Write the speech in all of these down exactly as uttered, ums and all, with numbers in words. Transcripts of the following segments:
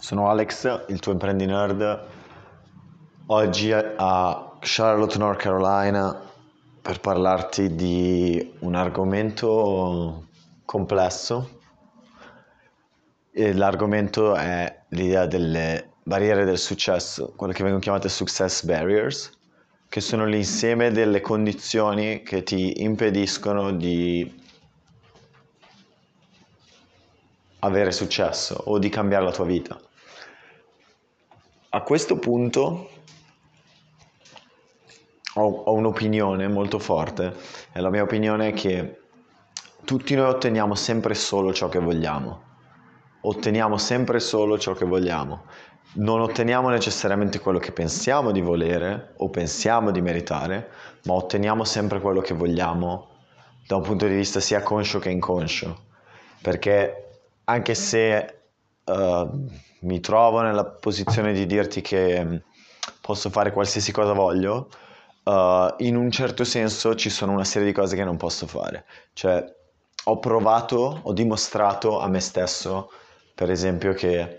Sono Alex, il tuo imprendi nerd, oggi a Charlotte, North Carolina, per parlarti di un argomento complesso. E l'argomento è l'idea delle barriere del successo, quelle che vengono chiamate success barriers, che sono l'insieme delle condizioni che ti impediscono di avere successo o di cambiare la tua vita. A questo punto ho, ho un'opinione molto forte, e la mia opinione è che tutti noi otteniamo sempre solo ciò che vogliamo, otteniamo sempre solo ciò che vogliamo, non otteniamo necessariamente quello che pensiamo di volere o pensiamo di meritare, ma otteniamo sempre quello che vogliamo da un punto di vista sia conscio che inconscio, perché anche se uh, mi trovo nella posizione di dirti che posso fare qualsiasi cosa voglio, uh, in un certo senso ci sono una serie di cose che non posso fare. Cioè, ho provato, ho dimostrato a me stesso, per esempio, che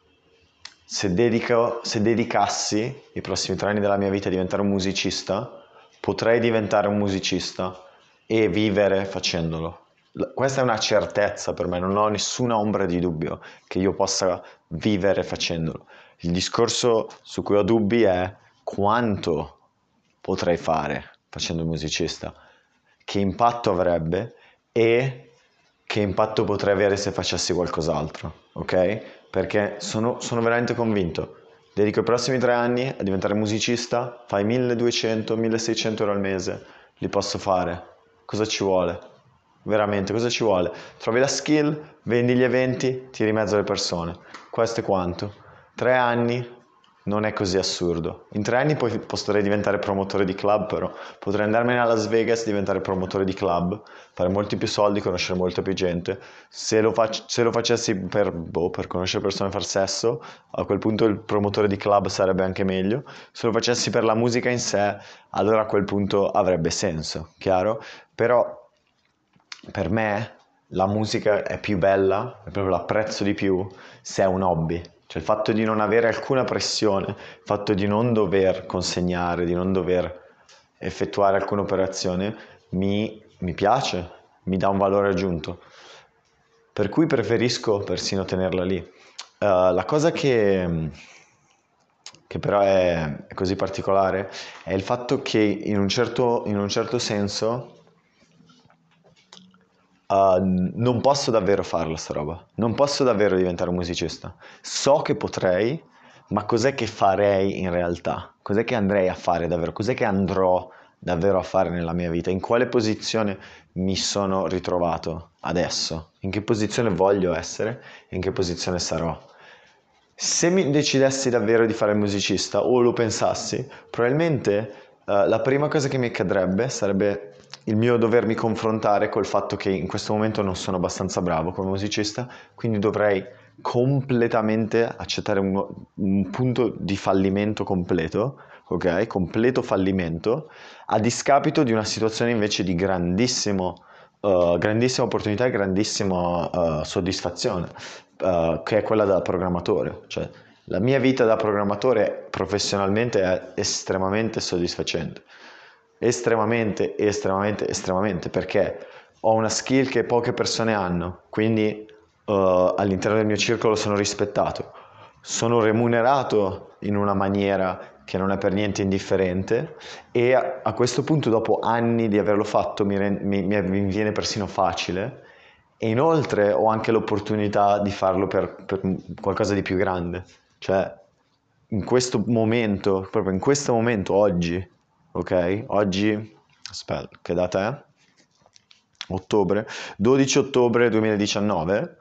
se, dedico, se dedicassi i prossimi tre anni della mia vita a diventare un musicista, potrei diventare un musicista e vivere facendolo. Questa è una certezza per me, non ho nessuna ombra di dubbio che io possa vivere facendolo. Il discorso su cui ho dubbi è quanto potrei fare facendo il musicista, che impatto avrebbe e che impatto potrei avere se facessi qualcos'altro, ok? Perché sono, sono veramente convinto. Dedico i prossimi tre anni a diventare musicista, fai milleduecento milleseicento euro al mese, li posso fare. Cosa ci vuole? Veramente, cosa ci vuole? Trovi la skill, vendi gli eventi, tiri in mezzo alle persone. Questo è quanto. Tre anni non è così assurdo. In tre anni poi potrei diventare promotore di club, però potrei andarmene a Las Vegas, diventare promotore di club, fare molti più soldi, conoscere molta più gente. Se lo, fac- se lo facessi per, boh, per conoscere persone e far sesso, a quel punto il promotore di club sarebbe anche meglio. Se lo facessi per la musica in sé, allora a quel punto avrebbe senso, chiaro? Però per me la musica è più bella, è proprio l'apprezzo di più se è un hobby. Cioè il fatto di non avere alcuna pressione, il fatto di non dover consegnare, di non dover effettuare alcuna operazione, mi, mi piace, mi dà un valore aggiunto. Per cui preferisco persino tenerla lì. Uh, la cosa che, che però è, è così particolare è il fatto che in un certo, in un certo senso Uh, non posso davvero farla sta roba, non posso davvero diventare un musicista. So che potrei, ma cos'è che farei in realtà? Cos'è che andrei a fare davvero? Cos'è che andrò davvero a fare nella mia vita? In quale posizione mi sono ritrovato adesso? In che posizione voglio essere? In che posizione sarò? Se mi decidessi davvero di fare il musicista o lo pensassi, probabilmente uh, la prima cosa che mi accadrebbe sarebbe il mio dovermi confrontare col fatto che in questo momento non sono abbastanza bravo come musicista, quindi dovrei completamente accettare un, un punto di fallimento completo, ok? Completo fallimento, a discapito di una situazione invece di grandissimo, uh, grandissima opportunità e grandissima uh, soddisfazione, uh, che è quella da programmatore. Cioè, la mia vita da programmatore professionalmente è estremamente soddisfacente. Estremamente, estremamente, estremamente, perché ho una skill che poche persone hanno, quindi uh, all'interno del mio circolo sono rispettato, sono remunerato in una maniera che non è per niente indifferente e a, a questo punto, dopo anni di averlo fatto, mi, mi, mi viene persino facile, e inoltre ho anche l'opportunità di farlo per, per qualcosa di più grande. Cioè, in questo momento, proprio in questo momento, oggi, ok? Oggi, aspetta, che data è? Ottobre, dodici ottobre duemiladiciannove,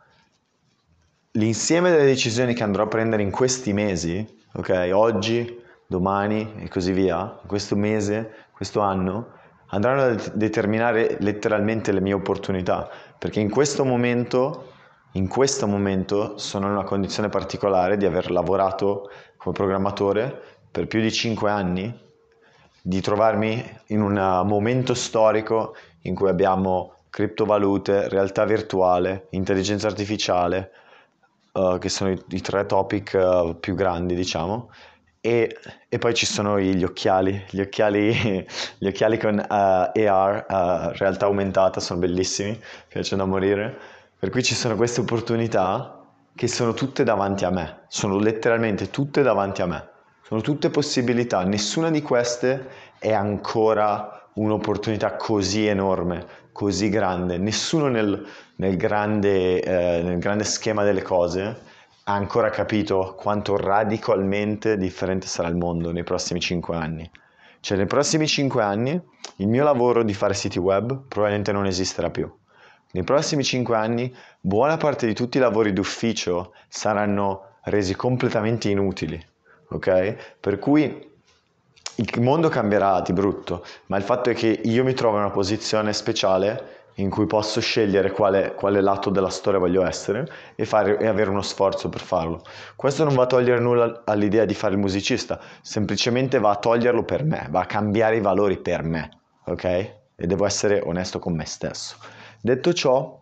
l'insieme delle decisioni che andrò a prendere in questi mesi, ok? Oggi, domani e così via, questo mese, questo anno, andranno a determinare letteralmente le mie opportunità, perché in questo momento, in questo momento sono in una condizione particolare di aver lavorato come programmatore per più di cinque anni, di trovarmi in un momento storico in cui abbiamo criptovalute, realtà virtuale, intelligenza artificiale, uh, che sono i, i tre topic uh, più grandi, diciamo, e, e poi ci sono gli occhiali, gli occhiali, gli occhiali con uh, A R, uh, realtà aumentata, sono bellissimi, mi piacciono da morire, per cui ci sono queste opportunità che sono tutte davanti a me, sono letteralmente tutte davanti a me, sono tutte possibilità, nessuna di queste è ancora un'opportunità così enorme, così grande, nessuno nel, nel, grande, eh, nel grande schema delle cose ha ancora capito quanto radicalmente differente sarà il mondo nei prossimi cinque anni. Cioè nei prossimi cinque anni il mio lavoro di fare siti web probabilmente non esisterà più. Nei prossimi cinque anni buona parte di tutti i lavori d'ufficio saranno resi completamente inutili, ok? Per cui il mondo cambierà di brutto, ma il fatto è che io mi trovo in una posizione speciale in cui posso scegliere quale, quale lato della storia voglio essere e, fare, e avere uno sforzo per farlo. Questo non va a togliere nulla all'idea di fare il musicista, semplicemente va a toglierlo per me, va a cambiare i valori per me, ok? E devo essere onesto con me stesso. Detto ciò,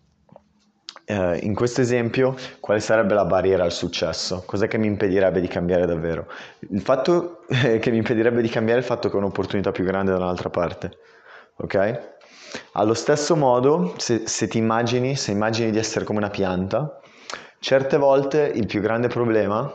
eh, in questo esempio, quale sarebbe la barriera al successo? Cos'è che mi impedirebbe di cambiare davvero? Il fatto eh, che mi impedirebbe di cambiare è il fatto che ho un'opportunità più grande da un'altra parte, ok? Allo stesso modo, se, se ti immagini, se immagini di essere come una pianta, certe volte il più grande problema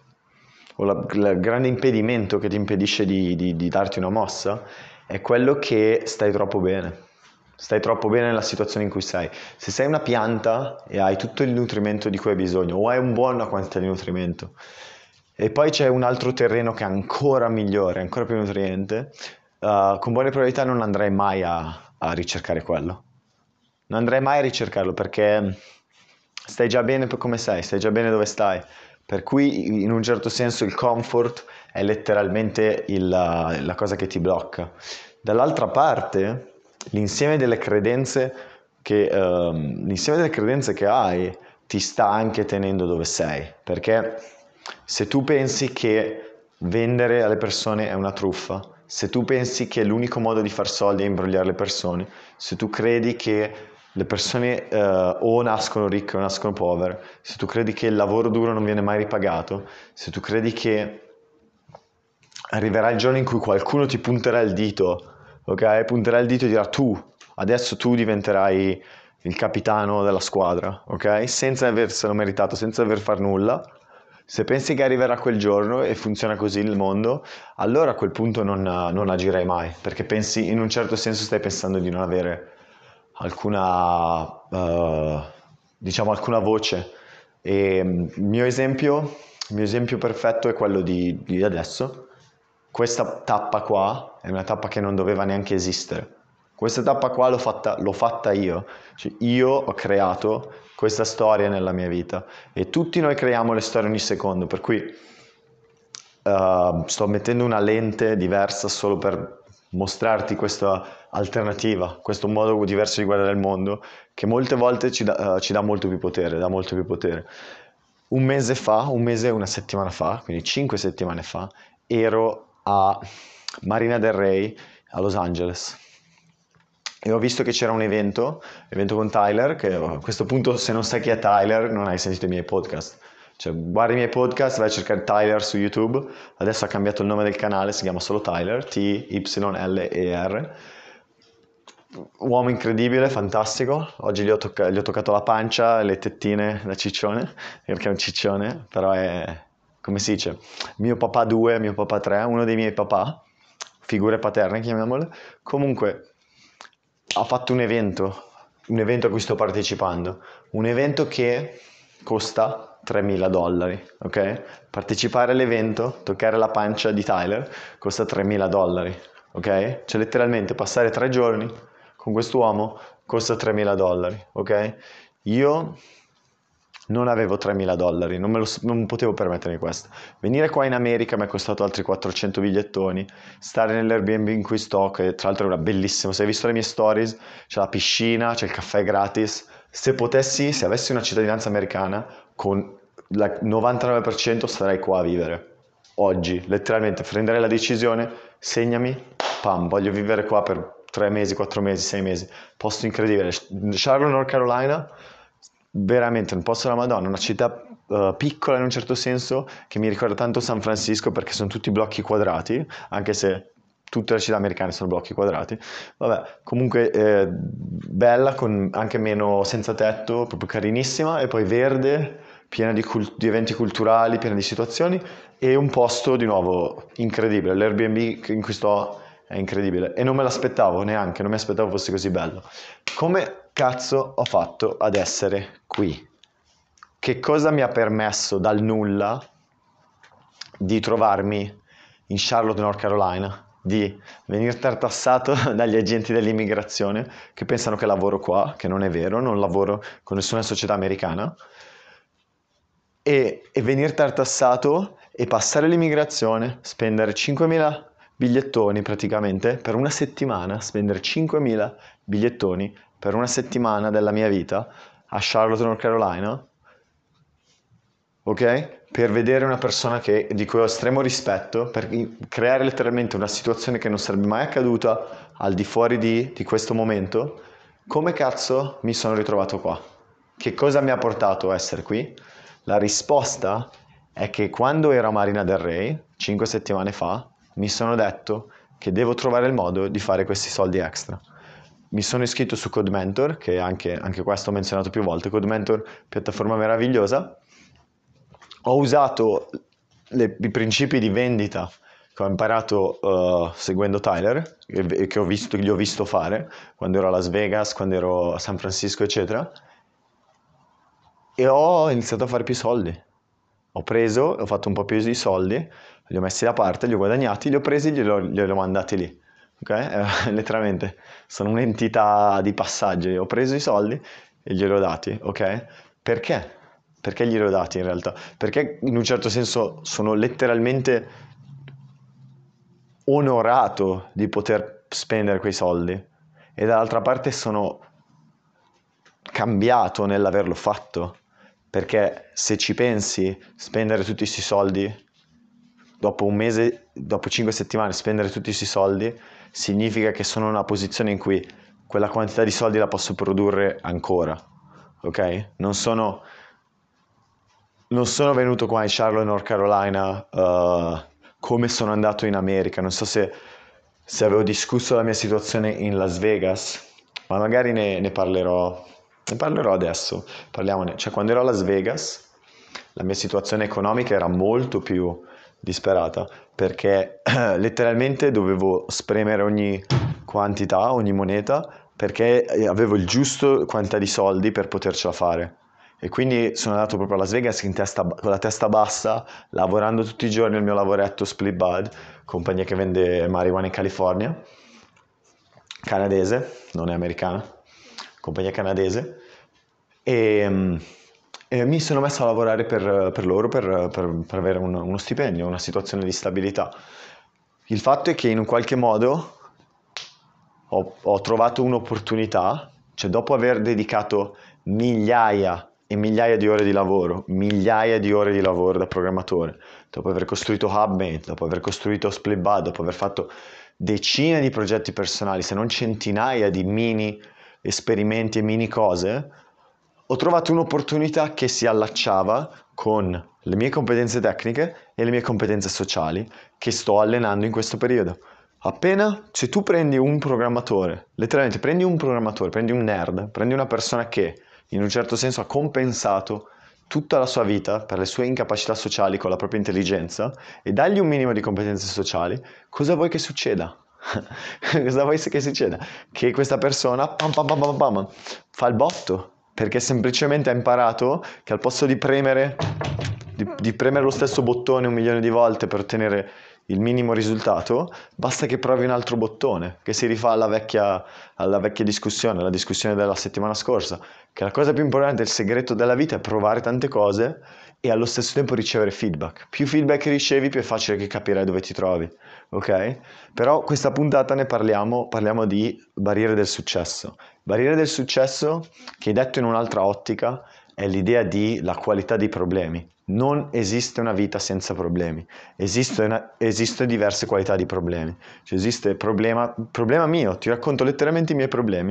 o la, il grande impedimento che ti impedisce di, di, di darti una mossa è quello che stai troppo bene. Stai troppo bene nella situazione in cui sei. Se sei una pianta e hai tutto il nutrimento di cui hai bisogno, o hai un buona quantità di nutrimento, e poi c'è un altro terreno che è ancora migliore, ancora più nutriente, uh, con buone probabilità non andrai mai a, a ricercare quello. Non andrai mai a ricercarlo perché stai già bene per come sei, stai già bene dove stai. Per cui in un certo senso il comfort è letteralmente il, la cosa che ti blocca. Dall'altra parte, l'insieme delle credenze che, um, l'insieme delle credenze che hai ti sta anche tenendo dove sei. Perché se tu pensi che vendere alle persone è una truffa, se tu pensi che l'unico modo di far soldi è imbrogliare le persone, se tu credi che le persone eh, o nascono ricche o nascono povere, se tu credi che il lavoro duro non viene mai ripagato, se tu credi che arriverà il giorno in cui qualcuno ti punterà il dito, ok? Punterà il dito e dirà tu, adesso tu diventerai il capitano della squadra, ok? Senza averselo meritato, senza aver far nulla. Se pensi che arriverà quel giorno e funziona così il mondo, allora a quel punto non, non agirai mai, perché pensi, in un certo senso stai pensando di non avere alcuna, uh, diciamo, alcuna voce. E il mio esempio, il mio esempio perfetto è quello di, di adesso. Questa tappa qua è una tappa che non doveva neanche esistere. Questa tappa qua l'ho fatta, l'ho fatta io, cioè io ho creato questa storia nella mia vita e tutti noi creiamo le storie ogni secondo, per cui uh, sto mettendo una lente diversa solo per mostrarti questa alternativa, questo modo diverso di guardare il mondo che molte volte ci dà, uh, ci dà molto più potere, dà molto più potere. Un mese fa, un mese e una settimana fa, quindi cinque settimane fa, ero a Marina del Rey a Los Angeles e ho visto che c'era un evento, evento con Tyler, che a questo punto se non sai chi è Tyler non hai sentito i miei podcast. Cioè, guardi i miei podcast, vai a cercare Tyler su YouTube, adesso ha cambiato il nome del canale, si chiama solo Tyler, T Y L E R. Uomo incredibile, fantastico, oggi gli ho, tocca- gli ho toccato la pancia, le tettine da ciccione, perché è un ciccione, però è, come si dice, mio papà due, mio papà tre, uno dei miei papà, figure paterne chiamiamole. Comunque ha fatto un evento, un evento a cui sto partecipando, un evento che costa tremila dollari, ok? Partecipare all'evento, toccare la pancia di Tyler, costa tremila dollari, ok? Cioè letteralmente passare tre giorni con quest'uomo costa tremila dollari, ok? Io non avevo tremila dollari, non, me lo, non potevo permettermi questo. Venire qua in America mi è costato altri quattrocento bigliettoni, stare nell'Airbnb in cui sto, che tra l'altro era bellissimo, se hai visto le mie stories, c'è la piscina, c'è il caffè gratis. Se potessi, se avessi una cittadinanza americana, con il novantanove per cento starei qua a vivere. Oggi, letteralmente, prenderei la decisione, segnami, pam, voglio vivere qua per tre mesi, quattro mesi, sei mesi. Posto incredibile. Charlotte, North Carolina, veramente un posto della Madonna, una città uh, piccola in un certo senso, che mi ricorda tanto San Francisco perché sono tutti blocchi quadrati, anche se tutte le città americane sono blocchi quadrati. Vabbè, comunque eh, bella, con anche meno senza tetto, proprio carinissima, e poi verde, piena di, cult- di eventi culturali, piena di situazioni, e un posto di nuovo incredibile. L'Airbnb in cui sto è incredibile e non me l'aspettavo neanche, non mi aspettavo fosse così bello. Come cazzo ho fatto ad essere qui? Che cosa mi ha permesso dal nulla di trovarmi in Charlotte, North Carolina, di venire tartassato dagli agenti dell'immigrazione che pensano che lavoro qua, che non è vero, non lavoro con nessuna società americana, e, e venire tartassato e passare l'immigrazione, spendere cinquemila bigliettoni praticamente per una settimana, spendere cinquemila bigliettoni per una settimana della mia vita a Charlotte, North Carolina, ok? Per vedere una persona che, di cui ho estremo rispetto, per creare letteralmente una situazione che non sarebbe mai accaduta al di fuori di, di questo momento. Come cazzo mi sono ritrovato qua? Che cosa mi ha portato a essere qui? La risposta è che quando ero a Marina del Rey, cinque settimane fa, mi sono detto che devo trovare il modo di fare questi soldi extra. Mi sono iscritto su CodeMentor, che anche, anche questo ho menzionato più volte. CodeMentor, piattaforma meravigliosa. Ho usato le, i principi di vendita che ho imparato uh, seguendo Tyler e che ho visto, gli ho visto fare quando ero a Las Vegas, quando ero a San Francisco, eccetera, e ho iniziato a fare più soldi. Ho preso, ho fatto un po' più di soldi, li ho messi da parte, li ho guadagnati, li ho presi e glieli ho, glieli ho mandati lì. Ok? Eh, letteralmente sono un'entità di passaggio. Ho preso i soldi e glieli ho dati, ok? Perché? Perché glieli ho dati in realtà? Perché in un certo senso sono letteralmente onorato di poter spendere quei soldi e dall'altra parte sono cambiato nell'averlo fatto, perché se ci pensi, spendere tutti questi soldi dopo un mese, dopo cinque settimane, spendere tutti questi soldi significa che sono in una posizione in cui quella quantità di soldi la posso produrre ancora, ok? Non sono, non sono venuto qua in Charlotte, North Carolina, uh, come sono andato in America. Non so se, se avevo discusso la mia situazione in Las Vegas, ma magari ne, ne parlerò, ne parlerò adesso. Parliamone. Cioè, quando ero a Las Vegas, la mia situazione economica era molto più disperata, perché letteralmente dovevo spremere ogni quantità, ogni moneta, perché avevo il giusto quantità di soldi per potercela fare. E quindi sono andato proprio a Las Vegas in testa, con la testa bassa, lavorando tutti i giorni il mio lavoretto Split Bud, compagnia che vende marijuana in California, canadese, non è americana, compagnia canadese, e, e mi sono messo a lavorare per, per loro per, per, per avere un, uno stipendio, una situazione di stabilità. Il fatto è che in un qualche modo ho, ho trovato un'opportunità, cioè dopo aver dedicato migliaia e migliaia di ore di lavoro, migliaia di ore di lavoro da programmatore, dopo aver costruito HubMate, dopo aver costruito Splitbud, dopo aver fatto decine di progetti personali, se non centinaia di mini esperimenti e mini cose, ho trovato un'opportunità che si allacciava con le mie competenze tecniche e le mie competenze sociali che sto allenando in questo periodo. Appena, se tu prendi un programmatore, letteralmente prendi un programmatore, prendi un nerd, prendi una persona che in un certo senso ha compensato tutta la sua vita per le sue incapacità sociali con la propria intelligenza e dagli un minimo di competenze sociali, cosa vuoi che succeda? Cosa vuoi che succeda? Che questa persona pam, pam, pam, pam, pam, fa il botto, perché semplicemente ha imparato che al posto di premere, di, di premere lo stesso bottone un milione di volte per ottenere il minimo risultato, basta che provi un altro bottone, che si rifà alla vecchia, alla vecchia discussione, alla discussione della settimana scorsa, che la cosa più importante, il segreto della vita è provare tante cose e allo stesso tempo ricevere feedback. Più feedback ricevi, più è facile che capirai dove ti trovi, ok? Però questa puntata ne parliamo, parliamo di barriere del successo. Barriere del successo, che detto in un'altra ottica, è l'idea di la qualità dei problemi. Non esiste una vita senza problemi, esistono, esistono diverse qualità di problemi. Cioè esiste problema, problema mio, ti racconto letteralmente i miei problemi,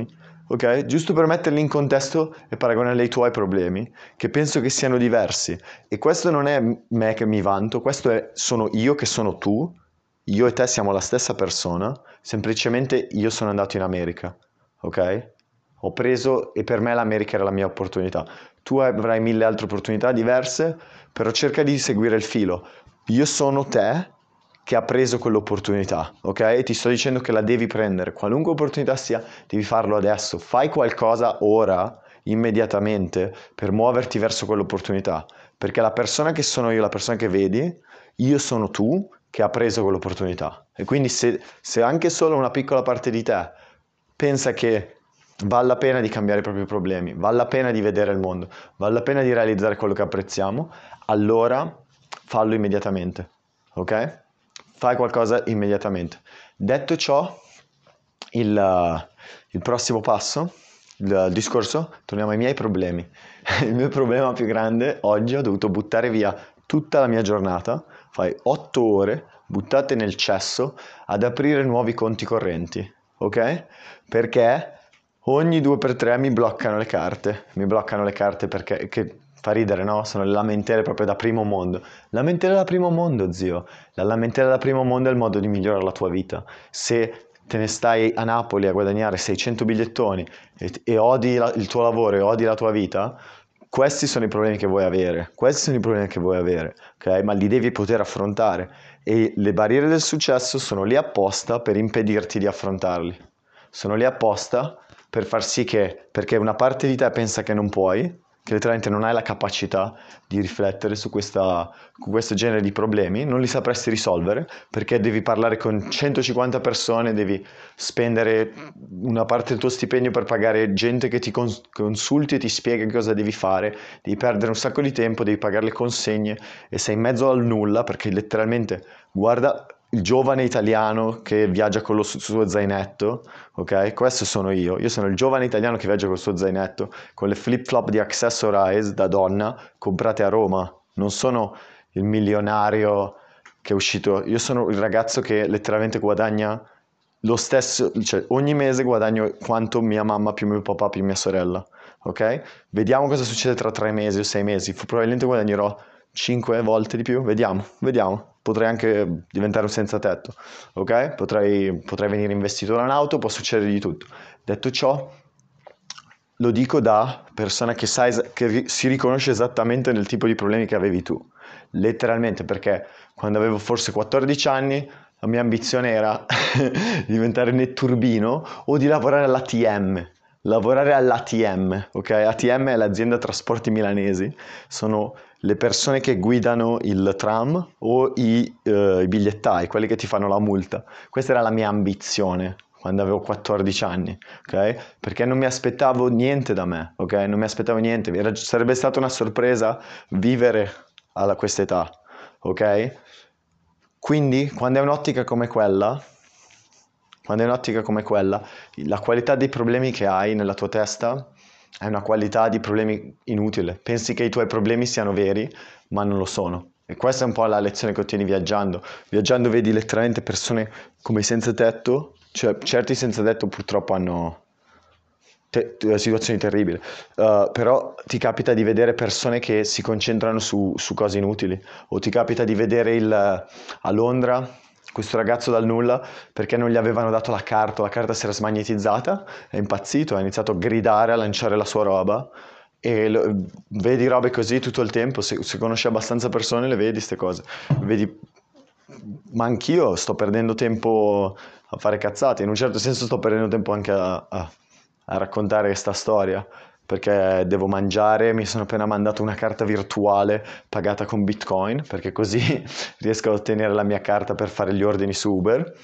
ok? Giusto per metterli in contesto e paragonarli ai tuoi problemi, che penso che siano diversi. E questo non è me che mi vanto, questo è sono io che sono tu, io e te siamo la stessa persona, semplicemente io sono andato in America, ok? Ho preso, e per me l'America era la mia opportunità. Tu avrai mille altre opportunità diverse, però cerca di seguire il filo. Io sono te che ha preso quell'opportunità, ok? E ti sto dicendo che la devi prendere, qualunque opportunità sia, devi farlo adesso. Fai qualcosa ora, immediatamente, per muoverti verso quell'opportunità. Perché la persona che sono io, la persona che vedi, io sono tu che ha preso quell'opportunità. E quindi se, se anche solo una piccola parte di te pensa che vale la pena di cambiare i propri problemi, vale la pena di vedere il mondo, vale la pena di realizzare quello che apprezziamo, allora fallo immediatamente, ok? Fai qualcosa immediatamente. Detto ciò, il, il prossimo passo, il, il discorso, torniamo ai miei problemi. Il mio problema più grande, oggi ho dovuto buttare via tutta la mia giornata, fai otto ore buttate nel cesso ad aprire nuovi conti correnti, ok? Perché ogni due per tre mi bloccano le carte, mi bloccano le carte perché, che fa ridere, no? Sono le lamentele proprio da primo mondo. Lamentele da primo mondo, zio. La lamentela da primo mondo è il modo di migliorare la tua vita. Se te ne stai a Napoli a guadagnare seicento bigliettoni e, e odi la, il tuo lavoro e odi la tua vita, questi sono i problemi che vuoi avere, questi sono i problemi che vuoi avere, ok? Ma li devi poter affrontare e le barriere del successo sono lì apposta per impedirti di affrontarli. Sono lì apposta per far sì che, perché una parte di te pensa che non puoi, che letteralmente non hai la capacità di riflettere su questa, con questo genere di problemi, non li sapresti risolvere perché devi parlare con centocinquanta persone, devi spendere una parte del tuo stipendio per pagare gente che ti cons- consulti e ti spiega cosa devi fare, devi perdere un sacco di tempo, devi pagare le consegne e sei in mezzo al nulla perché letteralmente guarda il giovane italiano che viaggia con lo su- suo zainetto, ok? Questo sono io, io sono il giovane italiano che viaggia con il suo zainetto, con le flip flop di Accessorize da donna comprate a Roma, non sono il milionario che è uscito, io sono il ragazzo che letteralmente guadagna lo stesso, cioè ogni mese guadagno quanto mia mamma più mio papà più mia sorella, ok? Vediamo cosa succede tra tre mesi o sei mesi, probabilmente guadagnerò cinque volte di più, vediamo, vediamo. Potrei anche diventare un senza tetto, ok? Potrei, potrei venire investito da un'auto, può succedere di tutto. Detto ciò, lo dico da persona che sa es- che ri- si riconosce esattamente nel tipo di problemi che avevi tu. Letteralmente, perché quando avevo forse quattordici anni, la mia ambizione era diventare netturbino o di lavorare all'A T M. Lavorare all'A T M, ok? A T M è l'azienda trasporti milanesi, sono le persone che guidano il tram o i, eh, i bigliettai, quelli che ti fanno la multa. Questa era la mia ambizione quando avevo quattordici anni, ok? Perché non mi aspettavo niente da me, ok? Non mi aspettavo niente, Era- sarebbe stata una sorpresa vivere a questa età, ok? Quindi, quando è un'ottica come quella, quando è un'ottica come quella, la qualità dei problemi che hai nella tua testa è una qualità di problemi inutile. Pensi che i tuoi problemi siano veri, ma non lo sono. E questa è un po' la lezione che ottieni viaggiando. Viaggiando vedi letteralmente persone come i senza tetto, cioè certi senza tetto purtroppo hanno te- te- situazioni terribili. Uh, però ti capita di vedere persone che si concentrano su, su cose inutili, o ti capita di vedere il, a Londra questo ragazzo dal nulla perché non gli avevano dato la carta, la carta si era smagnetizzata, è impazzito, ha iniziato a gridare, a lanciare la sua roba e lo- vedi robe così tutto il tempo, se, se conosci abbastanza persone le vedi queste cose, vedi, ma anch'io sto perdendo tempo a fare cazzate, in un certo senso sto perdendo tempo anche a, a- a raccontare questa storia, perché devo mangiare, mi sono appena mandato una carta virtuale pagata con Bitcoin, perché così riesco ad ottenere la mia carta per fare gli ordini su Uber.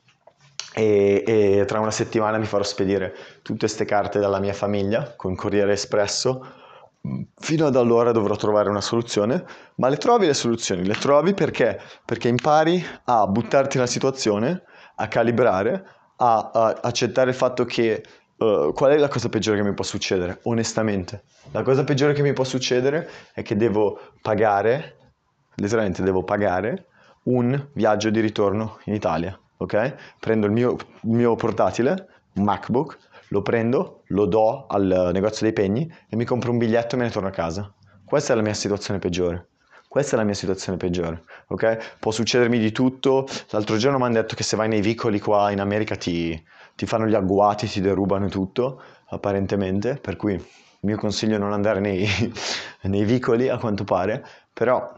E, e tra una settimana mi farò spedire tutte queste carte dalla mia famiglia con Corriere Espresso. Fino ad allora dovrò trovare una soluzione, ma le trovi le soluzioni? Le trovi perché? Perché impari a buttarti nella situazione, a calibrare, a, a accettare il fatto che uh, qual è la cosa peggiore che mi può succedere? Onestamente, la cosa peggiore che mi può succedere è che devo pagare, letteralmente devo pagare un viaggio di ritorno in Italia, ok? Prendo il mio, il mio portatile, un MacBook, lo prendo, lo do al negozio dei pegni e mi compro un biglietto e me ne torno a casa. Questa è la mia situazione peggiore. Questa è la mia situazione peggiore, ok? Può succedermi di tutto. L'altro giorno mi hanno detto che se vai nei vicoli qua in America ti, ti fanno gli agguati, ti derubano tutto, apparentemente, per cui il mio consiglio è non andare nei, nei vicoli, a quanto pare, però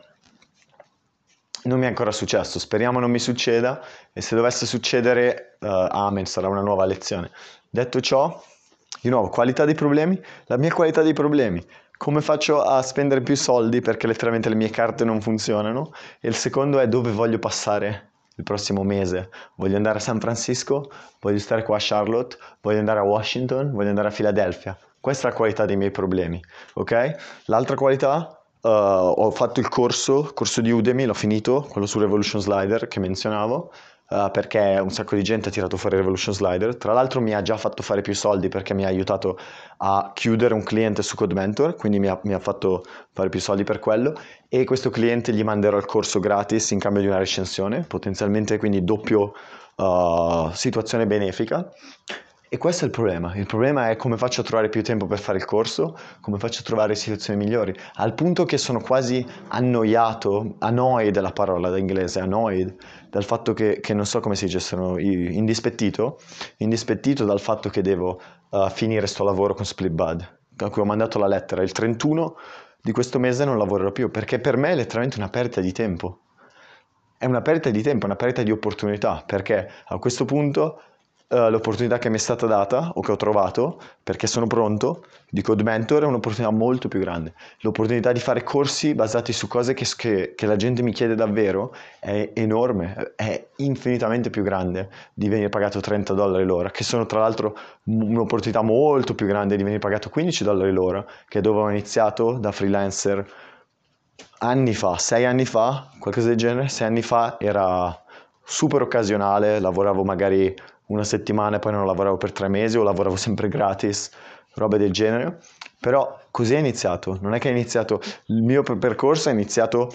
non mi è ancora successo, speriamo non mi succeda, e se dovesse succedere, uh, amen, sarà una nuova lezione. Detto ciò, di nuovo, qualità dei problemi, la mia qualità dei problemi, come faccio a spendere più soldi perché letteralmente le mie carte non funzionano, e il secondo è dove voglio passare il prossimo mese. Voglio andare a San Francisco, voglio stare qua a Charlotte, voglio andare a Washington, voglio andare a Philadelphia. Questa è la qualità dei miei problemi, ok? L'altra qualità, uh, ho fatto il corso, corso di Udemy, l'ho finito, quello su Revolution Slider che menzionavo, uh, perché un sacco di gente ha tirato fuori Revolution Slider. Tra l'altro mi ha già fatto fare più soldi perché mi ha aiutato a chiudere un cliente su CodeMentor, quindi mi ha, mi ha fatto fare più soldi per quello, e questo cliente gli manderò il corso gratis in cambio di una recensione, potenzialmente, quindi doppio uh, situazione benefica. E questo è il problema. Il problema è come faccio a trovare più tempo per fare il corso, come faccio a trovare situazioni migliori, al punto che sono quasi annoiato, annoyed è la parola da inglese, annoyed, dal fatto che, che non so come si dice, sono indispettito, indispettito dal fatto che devo uh, finire sto lavoro con Splitbud, a cui ho mandato la lettera. Il trentuno di questo mese non lavorerò più, perché per me è letteralmente una perdita di tempo. È una perdita di tempo, una perdita di opportunità, perché a questo punto uh, l'opportunità che mi è stata data, o che ho trovato, perché sono pronto, di CodeMentor, è un'opportunità molto più grande. L'opportunità di fare corsi basati su cose che, che, che la gente mi chiede davvero è enorme, è infinitamente più grande di venire pagato trenta dollari l'ora, che sono tra l'altro un'opportunità molto più grande di venire pagato quindici dollari l'ora, che dove ho iniziato da freelancer anni fa, sei anni fa, qualcosa del genere. Sei anni fa era super occasionale, lavoravo magari una settimana e poi non lavoravo per tre mesi, o lavoravo sempre gratis, robe del genere. Però così è iniziato, non è che è iniziato, il mio percorso è iniziato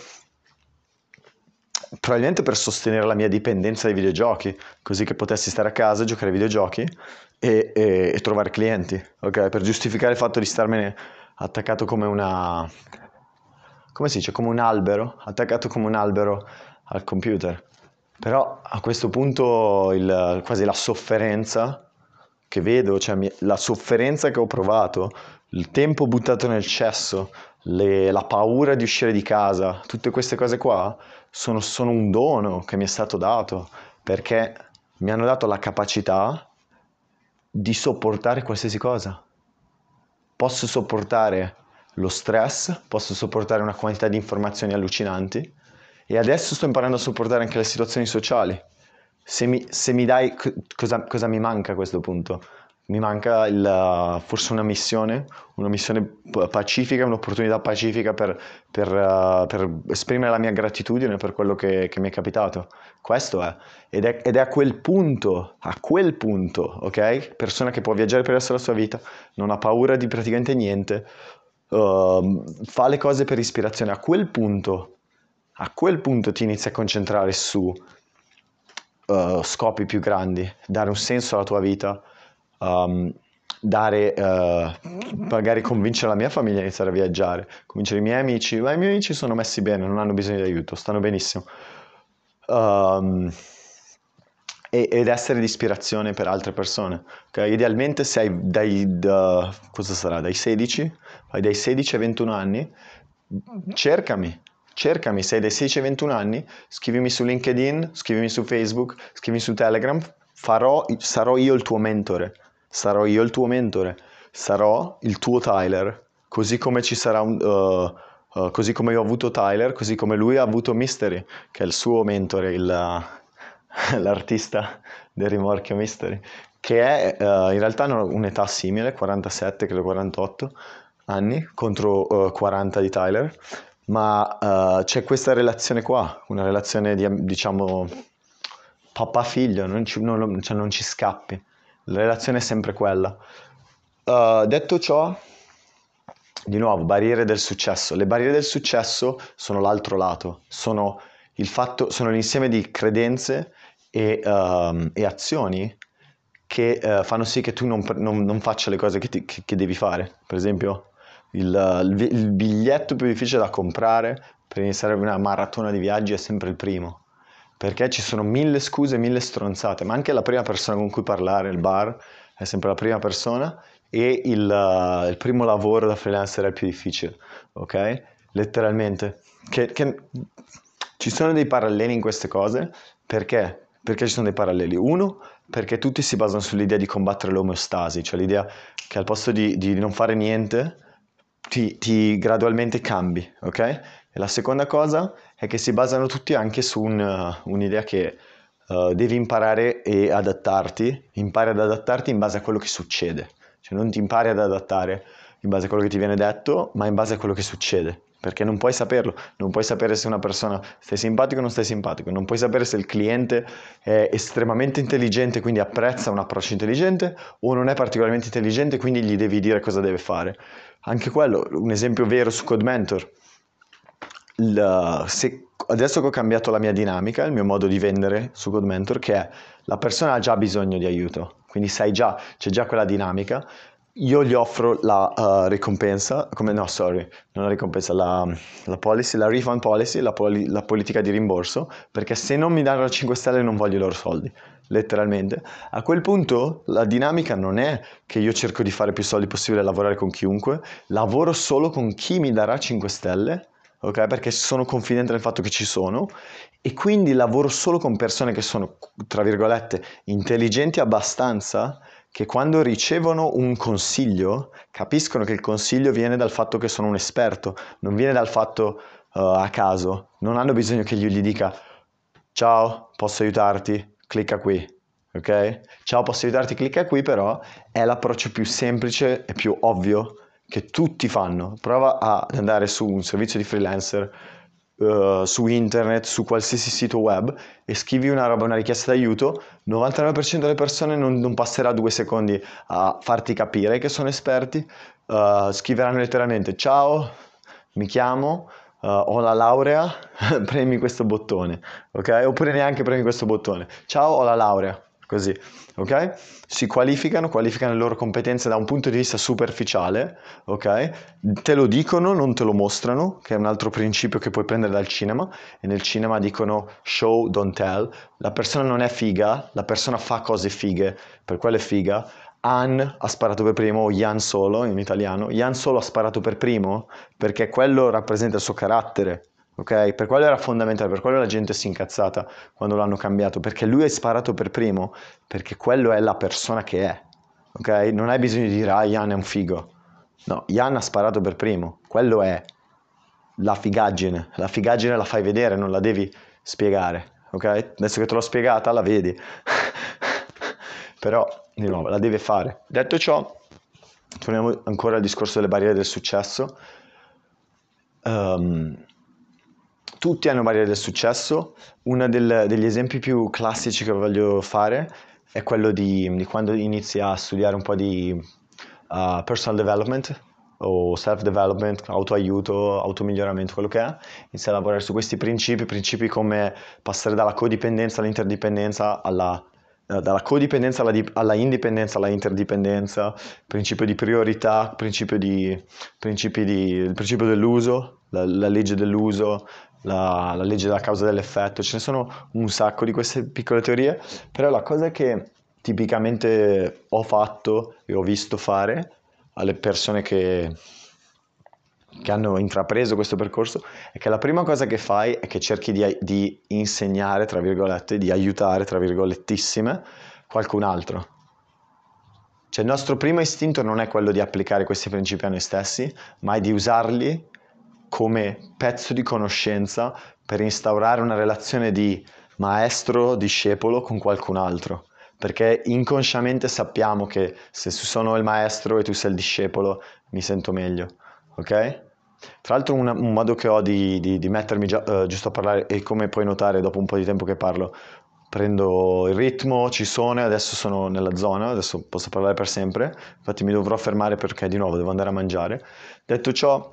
probabilmente per sostenere la mia dipendenza dai videogiochi, così che potessi stare a casa, giocare ai videogiochi e, e, e trovare clienti, ok? Per giustificare il fatto di starmene attaccato come una... come si dice? Come un albero, attaccato come un albero al computer. Però a questo punto il, quasi la sofferenza che vedo, cioè mi, la sofferenza che ho provato, il tempo buttato nel cesso, le, la paura di uscire di casa, tutte queste cose qua sono, sono un dono che mi è stato dato, perché mi hanno dato la capacità di sopportare qualsiasi cosa. Posso sopportare lo stress, posso sopportare una quantità di informazioni allucinanti, e adesso sto imparando a sopportare anche le situazioni sociali. Se mi, se mi dai, cosa, cosa mi manca a questo punto? Mi manca il, forse una missione, una missione pacifica, un'opportunità pacifica per, per, uh, per esprimere la mia gratitudine per quello che, che mi è capitato. Questo è. Ed, è. ed è a quel punto, a quel punto, ok? Persona che può viaggiare per il resto della sua vita, non ha paura di praticamente niente, uh, fa le cose per ispirazione. A quel punto, a quel punto ti inizi a concentrare su uh, scopi più grandi, dare un senso alla tua vita, um, dare, uh, magari convincere la mia famiglia a iniziare a viaggiare, convincere i miei amici, ma i miei amici sono messi bene, non hanno bisogno di aiuto, stanno benissimo. Um, e, ed essere di ispirazione per altre persone. Okay? Idealmente sei dai, da, cosa sarà, dai sedici, vai dai sedici ai ventuno anni, cercami, cercami, sei dai sedici ai ventuno anni, scrivimi su LinkedIn, scrivimi su Facebook, scrivimi su Telegram, farò, sarò io il tuo mentore, sarò io il tuo mentore, sarò il tuo Tyler, così come ci sarà un... Uh, Uh, così come io ho avuto Tyler, così come lui ha avuto Mystery, che è il suo mentore, il, l'artista del rimorchio Mystery, che è uh, in realtà un'età simile, quarantasette, credo quarantotto anni, contro uh, quaranta di Tyler, ma uh, c'è questa relazione qua, una relazione di, diciamo, papà-figlio, non ci, non, cioè non ci scappi, la relazione è sempre quella. Uh, detto ciò, di nuovo, barriere del successo. Le barriere del successo sono l'altro lato, sono, il fatto, sono l'insieme di credenze e, um, e azioni che uh, fanno sì che tu non, non, non faccia le cose che, ti, che, che devi fare. Per esempio, il, il, il biglietto più difficile da comprare per iniziare una maratona di viaggi è sempre il primo. Perché ci sono mille scuse, mille stronzate, ma anche la prima persona con cui parlare, il bar, è sempre la prima persona, e il, uh, il primo lavoro da freelancer è il più difficile, ok? Letteralmente. Che, che... Ci sono dei paralleli in queste cose, perché? Perché ci sono dei paralleli. Uno, perché tutti si basano sull'idea di combattere l'omeostasi, cioè l'idea che al posto di, di non fare niente, ti, ti gradualmente cambi, ok? E la seconda cosa è che si basano tutti anche su un, uh, un'idea che uh, devi imparare e adattarti, impari ad adattarti in base a quello che succede, cioè non ti impari ad adattare in base a quello che ti viene detto, ma in base a quello che succede, perché non puoi saperlo, non puoi sapere se una persona stai simpatico o non stai simpatico, non puoi sapere se il cliente è estremamente intelligente, quindi apprezza un approccio intelligente, o non è particolarmente intelligente, quindi gli devi dire cosa deve fare. Anche quello, un esempio vero su CodeMentor. Il, se, adesso che ho cambiato la mia dinamica, il mio modo di vendere su CodeMentor, che è la persona ha già bisogno di aiuto, quindi sai già, c'è già quella dinamica, io gli offro la uh, ricompensa, come no, sorry, non la ricompensa, la, la policy, la refund policy, la, poli, la politica di rimborso, perché se non mi danno la cinque stelle non voglio i loro soldi, letteralmente. A quel punto la dinamica non è che io cerco di fare più soldi possibile e lavorare con chiunque, lavoro solo con chi mi darà cinque stelle, ok? Perché sono confidente nel fatto che ci sono, e quindi lavoro solo con persone che sono, tra virgolette, intelligenti abbastanza che quando ricevono un consiglio capiscono che il consiglio viene dal fatto che sono un esperto, non viene dal fatto uh, a caso, non hanno bisogno che io gli dica ciao, posso aiutarti? Clicca qui, ok? Ciao, posso aiutarti? Clicca qui, però è l'approccio più semplice e più ovvio che tutti fanno. Prova ad andare su un servizio di freelancer, uh, su internet, su qualsiasi sito web e scrivi una roba, una richiesta d'aiuto, novantanove per cento delle persone non, non passerà due secondi a farti capire che sono esperti, uh, scriveranno letteralmente ciao, mi chiamo, uh, ho la laurea, premi questo bottone, ok? Oppure neanche premi questo bottone, ciao, ho la laurea, così, ok? Si qualificano, qualificano le loro competenze da un punto di vista superficiale, ok? Te lo dicono, non te lo mostrano, che è un altro principio che puoi prendere dal cinema, e nel cinema dicono show, don't tell. La persona non è figa, la persona fa cose fighe, per quello è figa. Han ha sparato per primo, o Jan Solo in italiano. Jan Solo ha sparato per primo perché quello rappresenta il suo carattere, ok? Per quello era fondamentale, per quello la gente si è incazzata quando l'hanno cambiato, perché lui ha sparato per primo, perché quello è la persona che è, ok? Non hai bisogno di dire, ah, Jan è un figo. No, Jan ha sparato per primo, quello è la figaggine, la figaggine la fai vedere, non la devi spiegare, ok? Adesso che te l'ho spiegata, la vedi. Però, di nuovo, la deve fare. Detto ciò, torniamo ancora al discorso delle barriere del successo. Um, tutti hanno barriere del successo. Uno del, degli esempi più classici che voglio fare è quello di, di quando inizi a studiare un po' di uh, personal development o self-development, autoaiuto, automiglioramento, quello che è. Inizi a lavorare su questi principi, principi come passare dalla codipendenza all'interdipendenza, alla dalla codipendenza alla, di, alla indipendenza, alla interdipendenza, principio di priorità, principio, di, principi di, il principio dell'uso, la, la legge dell'uso, la, la legge della causa e dell'effetto. Ce ne sono un sacco di queste piccole teorie, però la cosa che tipicamente ho fatto e ho visto fare alle persone che che hanno intrapreso questo percorso è che la prima cosa che fai è che cerchi di, di insegnare, tra virgolette, di aiutare, tra virgolettissime, qualcun altro. Cioè il nostro primo istinto non è quello di applicare questi principi a noi stessi, ma è di usarli come pezzo di conoscenza per instaurare una relazione di maestro-discepolo con qualcun altro. Perché inconsciamente sappiamo che se sono il maestro e tu sei il discepolo, mi sento meglio. Ok? Tra l'altro un, un modo che ho di, di, di mettermi già, uh, giusto a parlare, e come puoi notare dopo un po' di tempo che parlo, prendo il ritmo, ci sono e adesso sono nella zona, adesso posso parlare per sempre, infatti mi dovrò fermare perché di nuovo devo andare a mangiare. Detto ciò,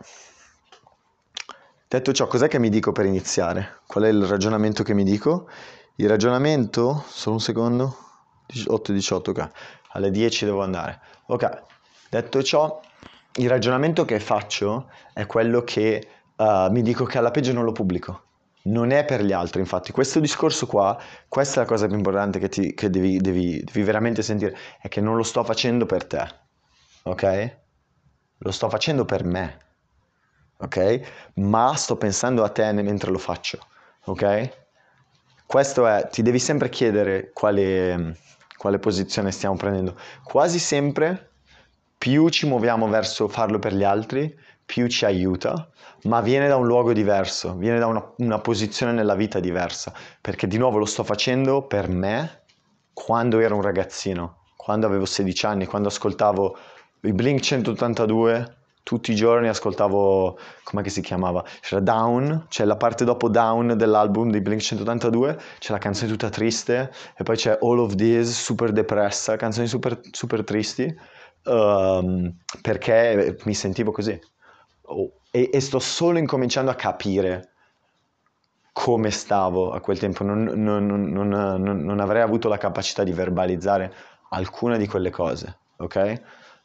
detto ciò, cos'è che mi dico per iniziare? Qual è il ragionamento che mi dico? Il ragionamento, solo un secondo, otto e diciotto, ok. Alle dieci devo andare. Ok, detto ciò, il ragionamento che faccio è quello che uh, mi dico che alla peggio non lo pubblico. Non è per gli altri, infatti. Questo discorso qua, questa è la cosa più importante che, ti, che devi, devi, devi veramente sentire, è che non lo sto facendo per te, ok? Lo sto facendo per me, ok? Ma sto pensando a te mentre lo faccio, ok? Questo è, ti devi sempre chiedere quale, quale posizione stiamo prendendo. Quasi sempre più ci muoviamo verso farlo per gli altri, più ci aiuta, ma viene da un luogo diverso, viene da una, una posizione nella vita diversa, perché di nuovo lo sto facendo per me quando ero un ragazzino, quando avevo sedici anni, quando ascoltavo i Blink centottantadue tutti i giorni, ascoltavo, com'è che si chiamava? C'era Down, c'è la parte dopo Down dell'album di Blink centottantadue, c'è la canzone tutta triste e poi c'è All of This, super depressa, canzoni super, super tristi, um, perché mi sentivo così. Oh, e, e sto solo incominciando a capire come stavo a quel tempo, non, non, non, non, non avrei avuto la capacità di verbalizzare alcuna di quelle cose, ok?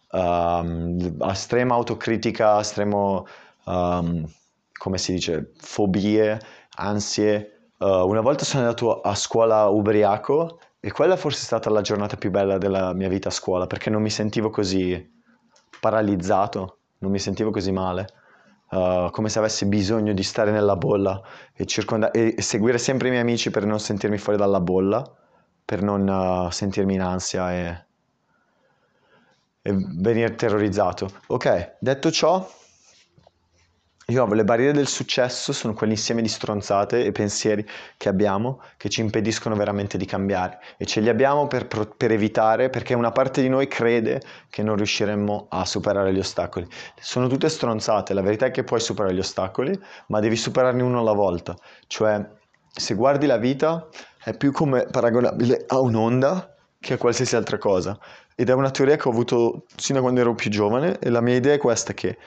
Um, estrema autocritica, estremo, um, come si dice, fobie, ansie. Uh, una volta sono andato a scuola ubriaco e quella forse è stata la giornata più bella della mia vita a scuola, perché non mi sentivo così paralizzato, non mi sentivo così male. Uh, come se avessi bisogno di stare nella bolla e, circonda- e, e seguire sempre i miei amici per non sentirmi fuori dalla bolla, per non uh, sentirmi in ansia e, e venire terrorizzato. Ok, detto ciò, io le barriere del successo sono quell'insieme di stronzate e pensieri che abbiamo che ci impediscono veramente di cambiare e ce li abbiamo per, per evitare, perché una parte di noi crede che non riusciremmo a superare gli ostacoli. Sono tutte stronzate, la verità è che puoi superare gli ostacoli, ma devi superarne uno alla volta. Cioè, se guardi la vita è più come paragonabile a un'onda che a qualsiasi altra cosa. Ed è una teoria che ho avuto sin da quando ero più giovane e la mia idea è questa, che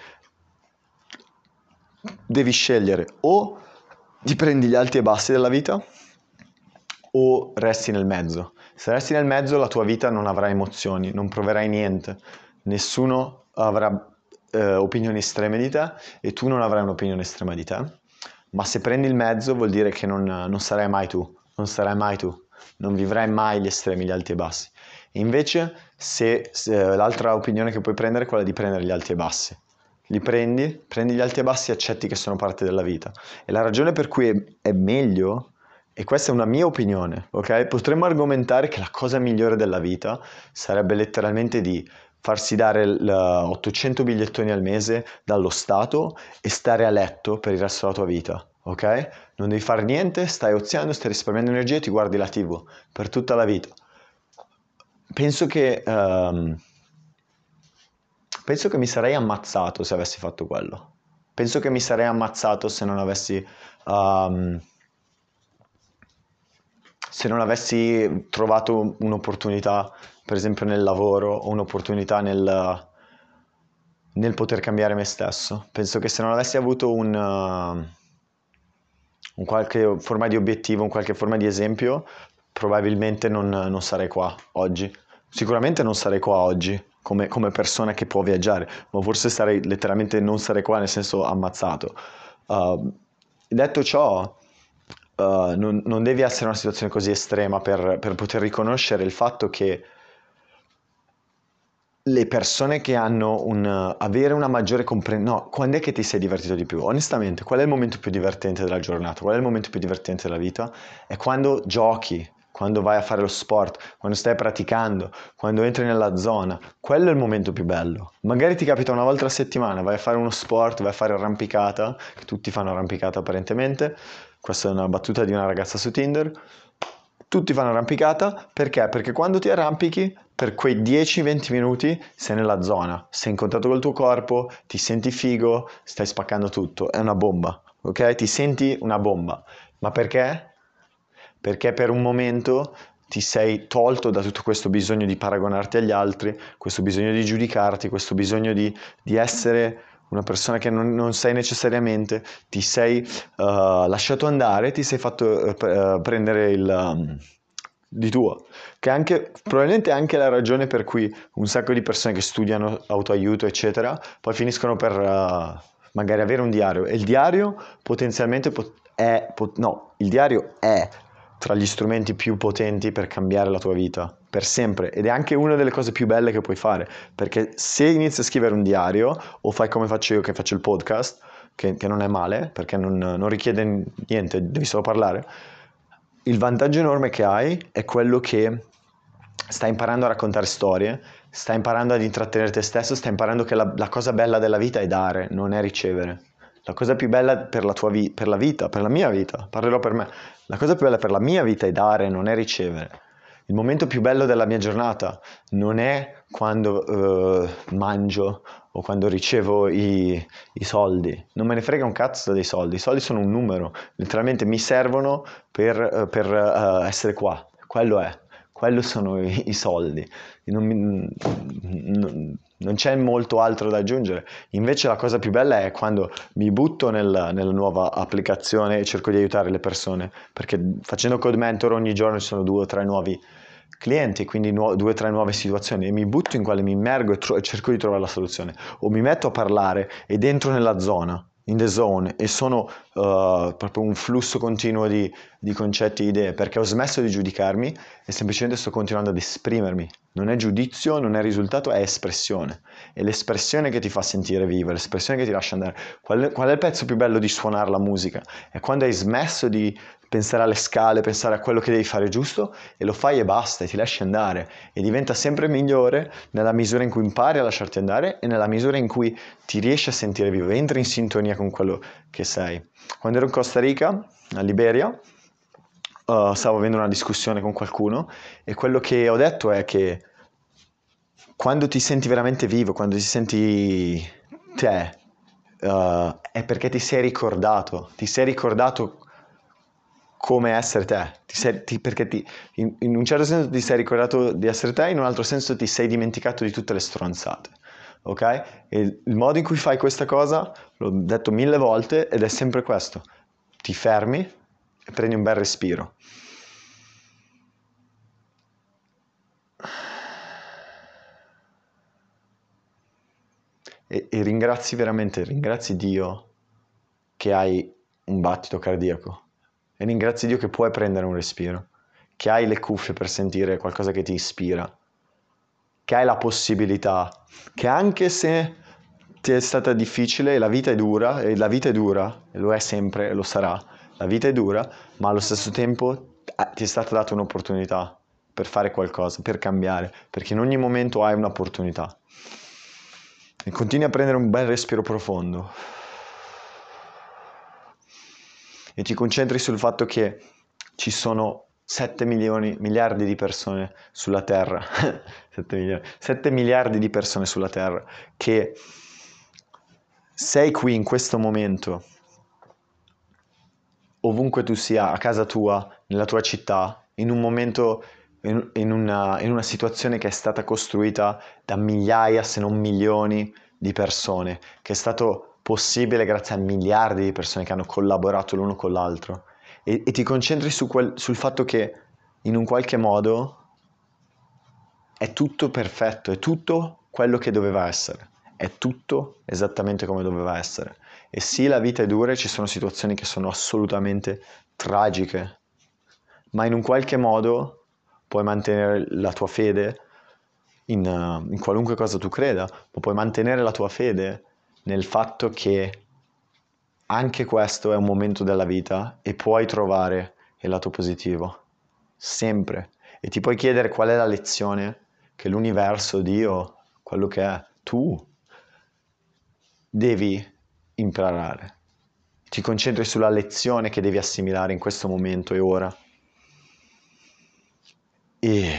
devi scegliere o ti prendi gli alti e bassi della vita o resti nel mezzo. Se resti nel mezzo la tua vita non avrà emozioni, non proverai niente, nessuno avrà eh, opinioni estreme di te e tu non avrai un'opinione estrema di te, ma se prendi il mezzo vuol dire che non, non sarai mai tu, non sarai mai tu, non vivrai mai gli estremi, gli alti e bassi. E invece se, se l'altra opinione che puoi prendere è quella di prendere gli alti e bassi. Li prendi, prendi gli alti e bassi e accetti che sono parte della vita. E la ragione per cui è, è meglio, e questa è una mia opinione, ok? Potremmo argomentare che la cosa migliore della vita sarebbe letteralmente di farsi dare ottocento bigliettoni al mese dallo Stato e stare a letto per il resto della tua vita, ok? Non devi fare niente, stai oziando, stai risparmiando energia e ti guardi la tivù per tutta la vita. Penso che... Um, Penso che mi sarei ammazzato se avessi fatto quello. Penso che mi sarei ammazzato se non avessi, um, se non avessi trovato un'opportunità, per esempio nel lavoro, o un'opportunità nel, nel poter cambiare me stesso. Penso che se non avessi avuto un, uh, un qualche forma di obiettivo, un qualche forma di esempio, probabilmente non, non sarei qua oggi. Sicuramente non sarei qua oggi come, come persona che può viaggiare, ma forse sarei letteralmente non sarei qua nel senso ammazzato. Uh, detto ciò, uh, non, non devi essere una situazione così estrema per, per poter riconoscere il fatto che le persone che hanno un avere una maggiore comprensione. No, quando è che ti sei divertito di più? Onestamente, qual è il momento più divertente della giornata? Qual è il momento più divertente della vita? È quando giochi, quando vai a fare lo sport, quando stai praticando, quando entri nella zona. Quello è il momento più bello. Magari ti capita una volta a settimana, vai a fare uno sport, vai a fare arrampicata, che tutti fanno arrampicata apparentemente. Questa è una battuta di una ragazza su Tinder. Tutti fanno arrampicata, perché? Perché quando ti arrampichi, per quei dieci venti minuti sei nella zona, sei in contatto col tuo corpo, ti senti figo, stai spaccando tutto, è una bomba, ok? Ti senti una bomba, ma perché? Perché per un momento ti sei tolto da tutto questo bisogno di paragonarti agli altri, questo bisogno di giudicarti, questo bisogno di, di essere una persona che non, non sei necessariamente, ti sei uh, lasciato andare, ti sei fatto uh, prendere il, um, di tuo, che anche, probabilmente è anche la ragione per cui un sacco di persone che studiano autoaiuto, eccetera, poi finiscono per uh, magari avere un diario. E il diario potenzialmente pot- è, pot- no, il diario è tra gli strumenti più potenti per cambiare la tua vita, per sempre, ed è anche una delle cose più belle che puoi fare, perché se inizi a scrivere un diario, o fai come faccio io che faccio il podcast, che, che non è male, perché non, non richiede niente, devi solo parlare, il vantaggio enorme che hai è quello che stai imparando a raccontare storie, stai imparando ad intrattenere te stesso, stai imparando che la, la cosa bella della vita è dare, non è ricevere. La cosa più bella per la tua vita, per la vita, per la mia vita, parlerò per me, la cosa più bella per la mia vita è dare, non è ricevere. Il momento più bello della mia giornata non è quando uh, mangio o quando ricevo i, i soldi. Non me ne frega un cazzo dei soldi. I soldi sono un numero. Letteralmente mi servono per, per uh, essere qua. Quello è. Quello sono i, i soldi. Non, mi, non, non c'è molto altro da aggiungere. Invece la cosa più bella è quando mi butto nel, nella nuova applicazione e cerco di aiutare le persone. Perché facendo Code Mentor ogni giorno ci sono due o tre nuovi clienti, quindi nu- due o tre nuove situazioni, e mi butto in quale mi immergo e, tro- e cerco di trovare la soluzione, o mi metto a parlare ed entro nella zona, in the zone, e sono uh, proprio un flusso continuo di, di concetti e idee, perché ho smesso di giudicarmi e semplicemente sto continuando ad esprimermi. Non è giudizio, non è risultato, è espressione. È l'espressione che ti fa sentire vivo, è l'espressione che ti lascia andare. Qual è, qual è il pezzo più bello di suonare la musica? È quando hai smesso di pensare alle scale, pensare a quello che devi fare giusto, e lo fai e basta, e ti lasci andare, e diventa sempre migliore nella misura in cui impari a lasciarti andare e nella misura in cui ti riesci a sentire vivo, entri in sintonia con quello che sei. Quando ero in Costa Rica, a Liberia, uh, stavo avendo una discussione con qualcuno, e quello che ho detto è che quando ti senti veramente vivo, quando ti senti te, uh, è perché ti sei ricordato, ti sei ricordato come essere te, ti sei, ti, perché ti, in, in un certo senso ti sei ricordato di essere te, in un altro senso ti sei dimenticato di tutte le stronzate, ok? E il modo in cui fai questa cosa, l'ho detto mille volte, ed è sempre questo: ti fermi e prendi un bel respiro. E, e ringrazi veramente, ringrazi Dio che hai un battito cardiaco, e ringrazi Dio che puoi prendere un respiro, che hai le cuffie per sentire qualcosa che ti ispira, che hai la possibilità, che anche se ti è stata difficile, la vita è dura, e la vita è dura, e lo è sempre, e lo sarà, la vita è dura, ma allo stesso tempo eh, ti è stata data un'opportunità per fare qualcosa, per cambiare, perché in ogni momento hai un'opportunità. E continui a prendere un bel respiro profondo e ti concentri sul fatto che ci sono sette milioni, miliardi di persone sulla Terra, sette milioni, sette miliardi di persone sulla Terra, che sei qui in questo momento, ovunque tu sia, a casa tua, nella tua città, in un momento, in, in, una, in una situazione che è stata costruita da migliaia, se non milioni di persone, che è stato possibile grazie a miliardi di persone che hanno collaborato l'uno con l'altro, e, e ti concentri su quel, sul fatto che in un qualche modo è tutto perfetto, è tutto quello che doveva essere, è tutto esattamente come doveva essere. E sì, la vita è dura e ci sono situazioni che sono assolutamente tragiche, ma in un qualche modo puoi mantenere la tua fede in, uh, in qualunque cosa tu creda, ma puoi mantenere la tua fede nel fatto che anche questo è un momento della vita e puoi trovare il lato positivo, sempre. E ti puoi chiedere qual è la lezione che l'universo, Dio, quello che è, tu devi imparare. Ti concentri sulla lezione che devi assimilare in questo momento e ora. E,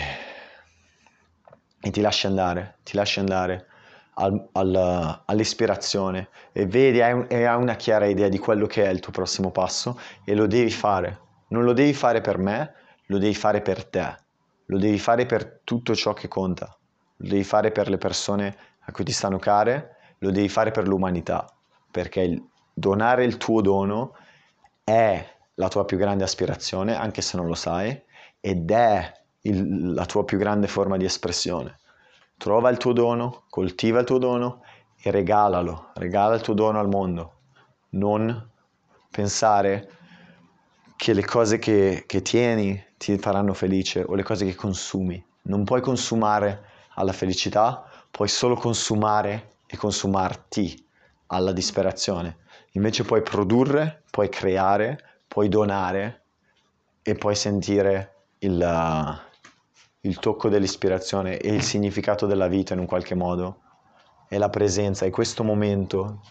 e ti lasci andare, ti lasci andare al, al, all'ispirazione, e vedi, hai, un, e hai una chiara idea di quello che è il tuo prossimo passo, e lo devi fare. Non lo devi fare per me, lo devi fare per te, lo devi fare per tutto ciò che conta, lo devi fare per le persone a cui ti stanno care, lo devi fare per l'umanità, perché il, donare il tuo dono è la tua più grande aspirazione, anche se non lo sai, ed è il, la tua più grande forma di espressione. Trova il tuo dono, coltiva il tuo dono e regalalo, regala il tuo dono al mondo. Non pensare che le cose che, che tieni ti faranno felice o le cose che consumi. Non puoi consumare alla felicità, puoi solo consumare e consumarti alla disperazione. Invece puoi produrre, puoi creare, puoi donare e puoi sentire il, il tocco dell'ispirazione e il significato della vita in un qualche modo e la presenza e questo momento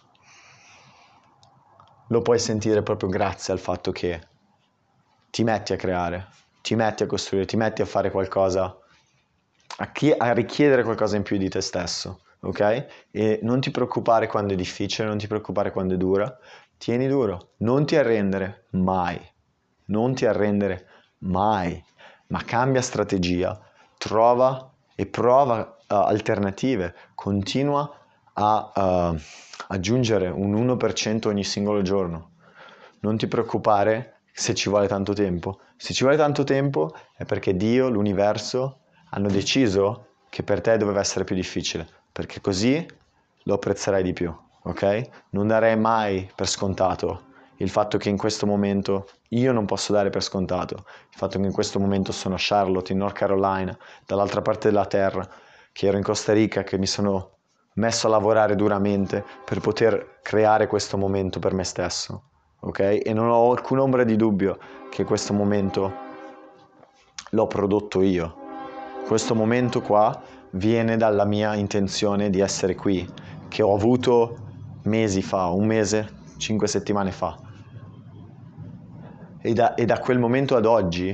lo puoi sentire proprio grazie al fatto che ti metti a creare, ti metti a costruire, ti metti a fare qualcosa, a, chi- a richiedere qualcosa in più di te stesso, ok? E non ti preoccupare quando è difficile, non ti preoccupare quando è dura, tieni duro, non ti arrendere mai, non ti arrendere mai, ma cambia strategia, trova e prova uh, alternative, continua a uh, aggiungere un uno per cento ogni singolo giorno. Non ti preoccupare se ci vuole tanto tempo. Se ci vuole tanto tempo è perché Dio, l'universo, hanno deciso che per te doveva essere più difficile, perché così lo apprezzerai di più, ok? Non darei mai per scontato il fatto che in questo momento io non posso dare per scontato, il fatto che in questo momento sono a Charlotte, in North Carolina, dall'altra parte della terra, che ero in Costa Rica, che mi sono messo a lavorare duramente per poter creare questo momento per me stesso, ok? E non ho alcuna ombra di dubbio che questo momento l'ho prodotto io. Questo momento qua viene dalla mia intenzione di essere qui, che ho avuto mesi fa, un mese, cinque settimane fa. E da, e da quel momento ad oggi,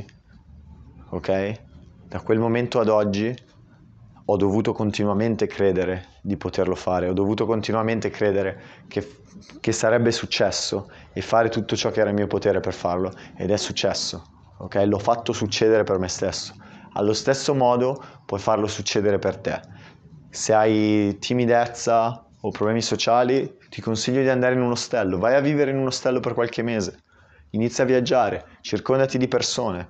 ok? Da quel momento ad oggi ho dovuto continuamente credere di poterlo fare, ho dovuto continuamente credere che, che sarebbe successo e fare tutto ciò che era in mio potere per farlo, ed è successo, ok? L'ho fatto succedere per me stesso. Allo stesso modo puoi farlo succedere per te. Se hai timidezza o problemi sociali, ti consiglio di andare in un ostello, vai a vivere in un ostello per qualche mese, inizia a viaggiare, circondati di persone,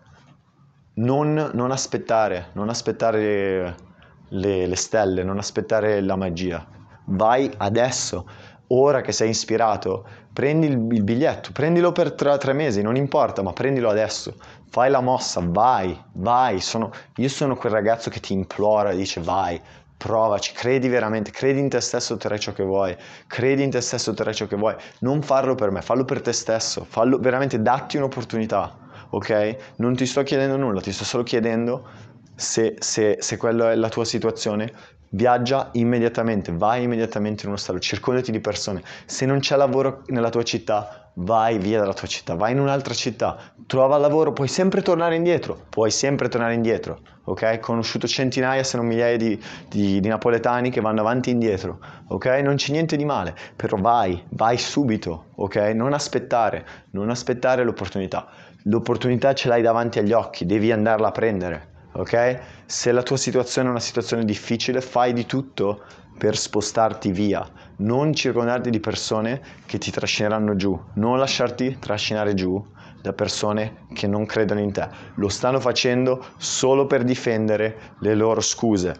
non, non aspettare, non aspettare le, le stelle, non aspettare la magia. Vai adesso, ora che sei ispirato, prendi il, il biglietto, prendilo per tre, tre mesi, non importa, ma prendilo adesso. Fai la mossa, vai, vai. Sono, io sono quel ragazzo che ti implora, dice vai, provaci, credi veramente, credi in te stesso, otterrai ciò che vuoi, credi in te stesso, otterrai ciò che vuoi. Non farlo per me, fallo per te stesso, fallo veramente, datti un'opportunità, ok? Non ti sto chiedendo nulla, ti sto solo chiedendo se, se, se quella è la tua situazione, viaggia immediatamente, vai immediatamente in uno stallo, circondati di persone. Se non c'è lavoro nella tua città, vai via dalla tua città, vai in un'altra città, trova lavoro, puoi sempre tornare indietro, puoi sempre tornare indietro, ok? Ho conosciuto centinaia se non migliaia di, di, di napoletani che vanno avanti e indietro, ok? Non c'è niente di male, però vai, vai subito, ok? Non aspettare, non aspettare l'opportunità. L'opportunità ce l'hai davanti agli occhi, devi andarla a prendere. Ok? Se la tua situazione è una situazione difficile, fai di tutto per spostarti via. Non circondarti di persone che ti trascineranno giù. Non lasciarti trascinare giù da persone che non credono in te. Lo stanno facendo solo per difendere le loro scuse.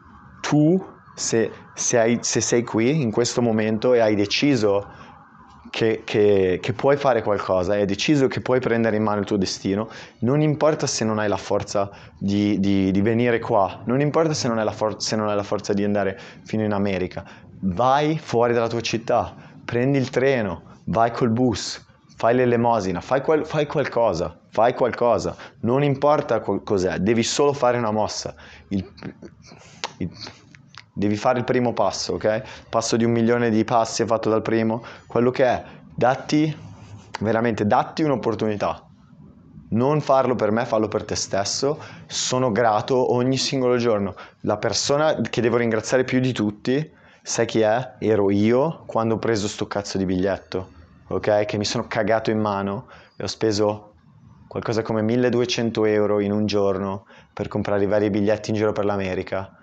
Tu, se, se, hai, se sei qui in questo momento e hai deciso Che, che, che puoi fare qualcosa, hai deciso che puoi prendere in mano il tuo destino, non importa se non hai la forza di, di, di venire qua, non importa se non, hai la for- se non hai la forza di andare fino in America, vai fuori dalla tua città, prendi il treno, vai col bus, fai l'elemosina, fai, qual- fai qualcosa, fai qualcosa, non importa qual- cos'è, devi solo fare una mossa. Il, il, Devi fare il primo passo, ok? Passo di un milione di passi è fatto dal primo. Quello che è, datti, veramente datti un'opportunità. Non farlo per me, fallo per te stesso. Sono grato ogni singolo giorno. La persona che devo ringraziare più di tutti, sai chi è? Ero io quando ho preso sto cazzo di biglietto, ok? Che mi sono cagato in mano e ho speso qualcosa come milleduecento euro in un giorno per comprare i vari biglietti in giro per l'America.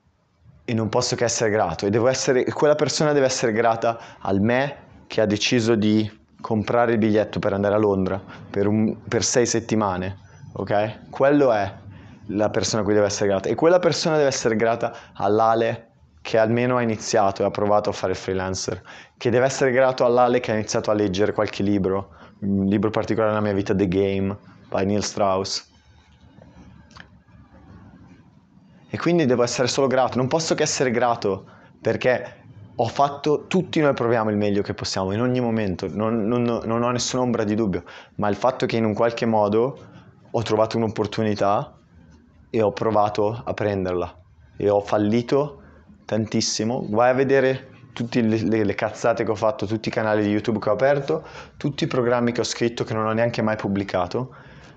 E non posso che essere grato, e devo essere, quella persona deve essere grata al me che ha deciso di comprare il biglietto per andare a Londra per, un, per sei settimane, ok? Quello è la persona a cui deve essere grata, e quella persona deve essere grata all'Ale che almeno ha iniziato e ha provato a fare freelancer, che deve essere grato all'Ale che ha iniziato a leggere qualche libro, un libro particolare nella mia vita, The Game by Neil Strauss. E quindi devo essere solo grato, non posso che essere grato perché ho fatto, tutti noi proviamo il meglio che possiamo in ogni momento, non, non, non ho nessuna ombra di dubbio, ma il fatto che in un qualche modo ho trovato un'opportunità e ho provato a prenderla e ho fallito tantissimo. Vai a vedere tutte le, le, le cazzate che ho fatto, tutti i canali di YouTube che ho aperto, tutti i programmi che ho scritto che non ho neanche mai pubblicato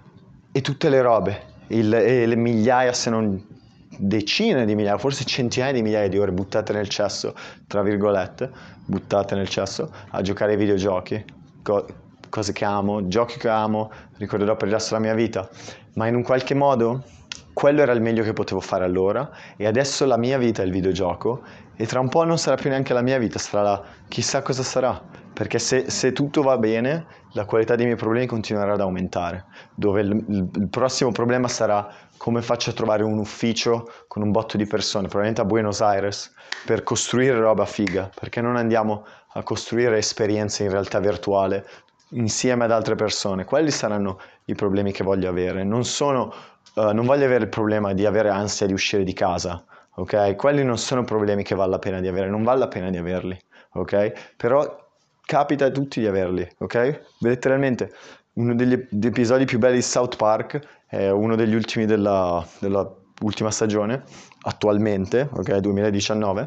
e tutte le robe, il, e le migliaia se non decine di migliaia, forse centinaia di migliaia di ore buttate nel cesso, tra virgolette, buttate nel cesso a giocare ai videogiochi, co- cose che amo, giochi che amo, ricorderò per il resto della mia vita, ma in un qualche modo quello era il meglio che potevo fare allora e adesso la mia vita è il videogioco e tra un po' non sarà più neanche la mia vita, sarà la... chissà cosa sarà, perché se, se tutto va bene la qualità dei miei problemi continuerà ad aumentare, dove il, il, il prossimo problema sarà come faccio a trovare un ufficio con un botto di persone, probabilmente a Buenos Aires, per costruire roba figa, perché non andiamo a costruire esperienze in realtà virtuale insieme ad altre persone. Quelli saranno i problemi che voglio avere, non sono, uh, non voglio avere il problema di avere ansia di uscire di casa, ok? Quelli non sono problemi che vale la pena di avere, non vale la pena di averli, ok? Però capita a tutti di averli, ok? Letteralmente uno degli, degli episodi più belli di South Park è uno degli ultimi della, della ultima stagione, attualmente, ok, duemiladiciannove,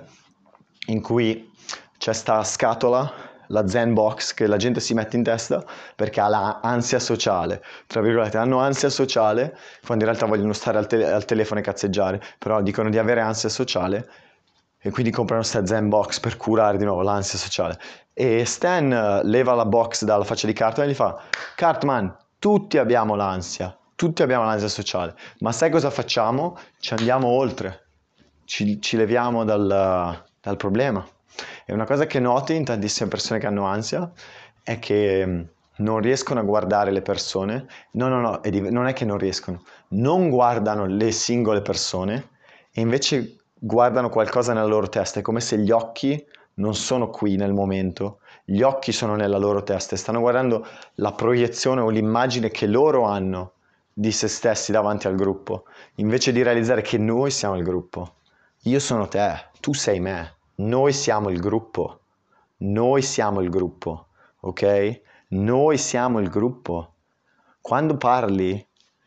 in cui c'è sta scatola, la Zen Box, che la gente si mette in testa perché ha la ansia sociale, tra virgolette, hanno ansia sociale, quando in realtà vogliono stare al, te- al telefono e cazzeggiare, però dicono di avere ansia sociale, e quindi comprano questa Zen Box per curare di nuovo l'ansia sociale. E Stan uh, leva la box dalla faccia di Cartman e gli fa: Cartman, tutti abbiamo l'ansia, tutti abbiamo l'ansia sociale, ma sai cosa facciamo? Ci andiamo oltre, ci, ci leviamo dal, dal problema. E una cosa che noti in tantissime persone che hanno ansia è che non riescono a guardare le persone, no no no, è div- non è che non riescono, non guardano le singole persone e invece guardano qualcosa nella loro testa, è come se gli occhi non sono qui nel momento, gli occhi sono nella loro testa e stanno guardando la proiezione o l'immagine che loro hanno di se stessi davanti al gruppo, invece di realizzare che noi siamo il gruppo. Io sono te, tu sei me, noi siamo il gruppo, noi siamo il gruppo, ok? Noi siamo il gruppo. Quando parli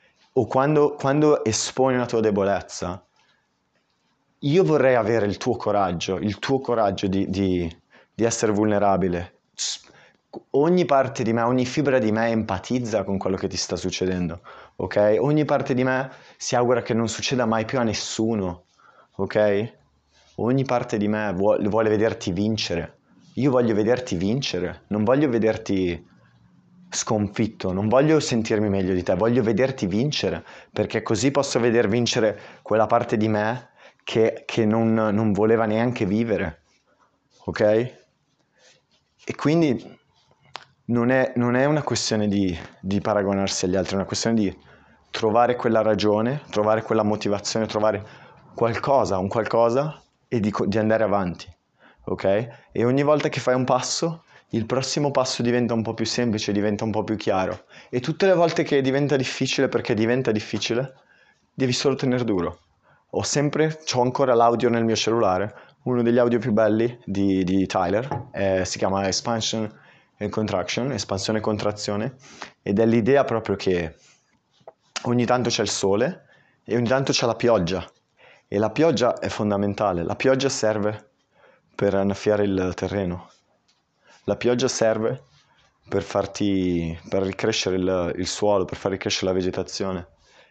o quando, quando esponi una tua debolezza, io vorrei avere il tuo coraggio, il tuo coraggio di, di, di essere vulnerabile. Ogni parte di me, ogni fibra di me empatizza con quello che ti sta succedendo, ok? Ogni parte di me si augura che non succeda mai più a nessuno, ok? Ogni parte di me vuole, vuole vederti vincere. Io voglio vederti vincere, non voglio vederti sconfitto, non voglio sentirmi meglio di te, voglio vederti vincere, perché così posso veder vincere quella parte di me che, che non, non voleva neanche vivere, ok? E quindi non è, non è una questione di, di paragonarsi agli altri, è una questione di trovare quella ragione, trovare quella motivazione, trovare qualcosa, un qualcosa e di, di andare avanti, ok? E ogni volta che fai un passo, il prossimo passo diventa un po' più semplice, diventa un po' più chiaro. E tutte le volte che diventa difficile, perché diventa difficile, devi solo tenere duro. Ho sempre, c'ho ancora l'audio nel mio cellulare, uno degli audio più belli di, di Tyler, eh, si chiama Expansion and Contraction, espansione e contrazione, ed è l'idea proprio che ogni tanto c'è il sole e ogni tanto c'è la pioggia, e la pioggia è fondamentale, la pioggia serve per annaffiare il terreno, la pioggia serve per farti, per ricrescere il, il suolo, per far ricrescere la vegetazione.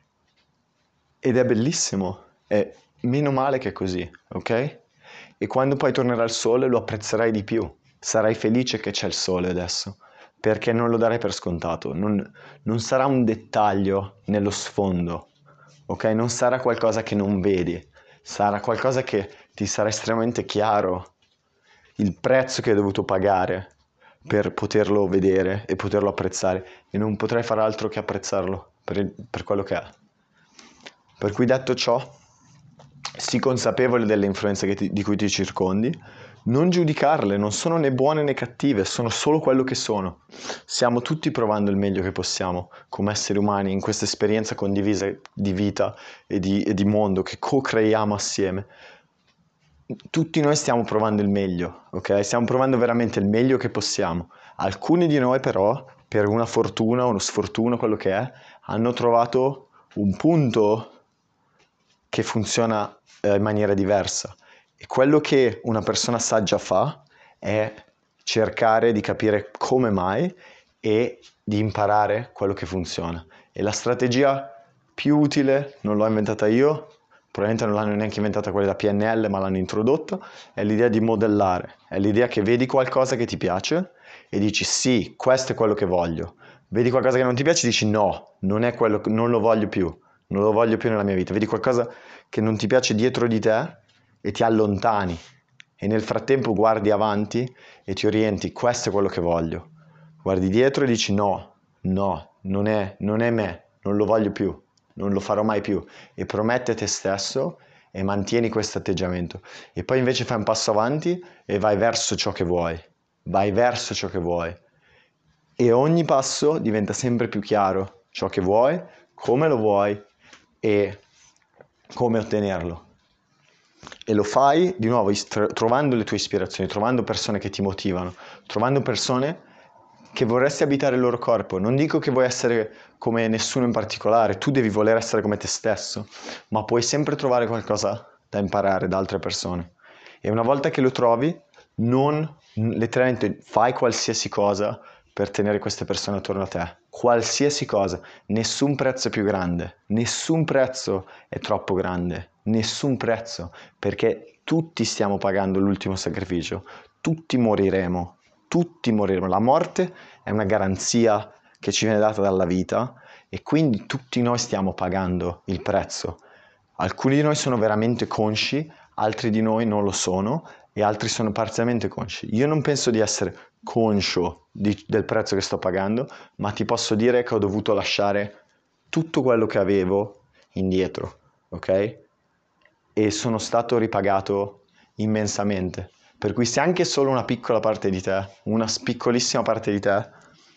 Ed è bellissimo, è meno male che è così, ok? E quando poi tornerà il sole lo apprezzerai di più, sarai felice che c'è il sole adesso, perché non lo darai per scontato, non, non sarà un dettaglio nello sfondo, ok? Non sarà qualcosa che non vedi, sarà qualcosa che ti sarà estremamente chiaro, il prezzo che hai dovuto pagare per poterlo vedere e poterlo apprezzare, e non potrai fare altro che apprezzarlo per, il, per quello che è. Per cui, detto ciò, sii consapevole delle influenze che ti, di cui ti circondi, non giudicarle, non sono né buone né cattive, sono solo quello che sono. Stiamo tutti provando il meglio che possiamo come esseri umani in questa esperienza condivisa di vita e di, e di mondo che co-creiamo assieme. Tutti noi stiamo provando il meglio, ok? Stiamo provando veramente il meglio che possiamo. Alcuni di noi però, per una fortuna, uno sfortuna, quello che è, hanno trovato un punto che funziona eh, in maniera diversa. E quello che una persona saggia fa è cercare di capire come mai e di imparare quello che funziona. E la strategia più utile, non l'ho inventata io, probabilmente non l'hanno neanche inventata quelli da P N L, ma l'hanno introdotta, è l'idea di modellare. È l'idea che vedi qualcosa che ti piace e dici sì, questo è quello che voglio. Vedi qualcosa che non ti piace e dici no, non è quello, non lo voglio più, non lo voglio più nella mia vita. Vedi qualcosa che non ti piace dietro di te e ti allontani e nel frattempo guardi avanti e ti orienti, questo è quello che voglio. Guardi dietro e dici no, no, non è, non è me, non lo voglio più, non lo farò mai più, e promette a te stesso e mantieni questo atteggiamento. E poi invece fai un passo avanti e vai verso ciò che vuoi, vai verso ciò che vuoi. E ogni passo diventa sempre più chiaro ciò che vuoi, come lo vuoi e come ottenerlo. E lo fai di nuovo trovando le tue ispirazioni, trovando persone che ti motivano, trovando persone che vorresti abitare il loro corpo. Non dico che vuoi essere come nessuno in particolare, tu devi voler essere come te stesso, ma puoi sempre trovare qualcosa da imparare da altre persone. E una volta che lo trovi, non letteralmente fai qualsiasi cosa per tenere queste persone attorno a te. Qualsiasi cosa, nessun prezzo è più grande, nessun prezzo è troppo grande, nessun prezzo, perché tutti stiamo pagando l'ultimo sacrificio, tutti moriremo, tutti moriremo. La morte è una garanzia che ci viene data dalla vita e quindi tutti noi stiamo pagando il prezzo. Alcuni di noi sono veramente consci, altri di noi non lo sono e altri sono parzialmente consci. Io non penso di essere conscio di, del prezzo che sto pagando, ma ti posso dire che ho dovuto lasciare tutto quello che avevo indietro, ok? E sono stato ripagato immensamente. Per cui se anche solo una piccola parte di te, una piccolissima parte di te,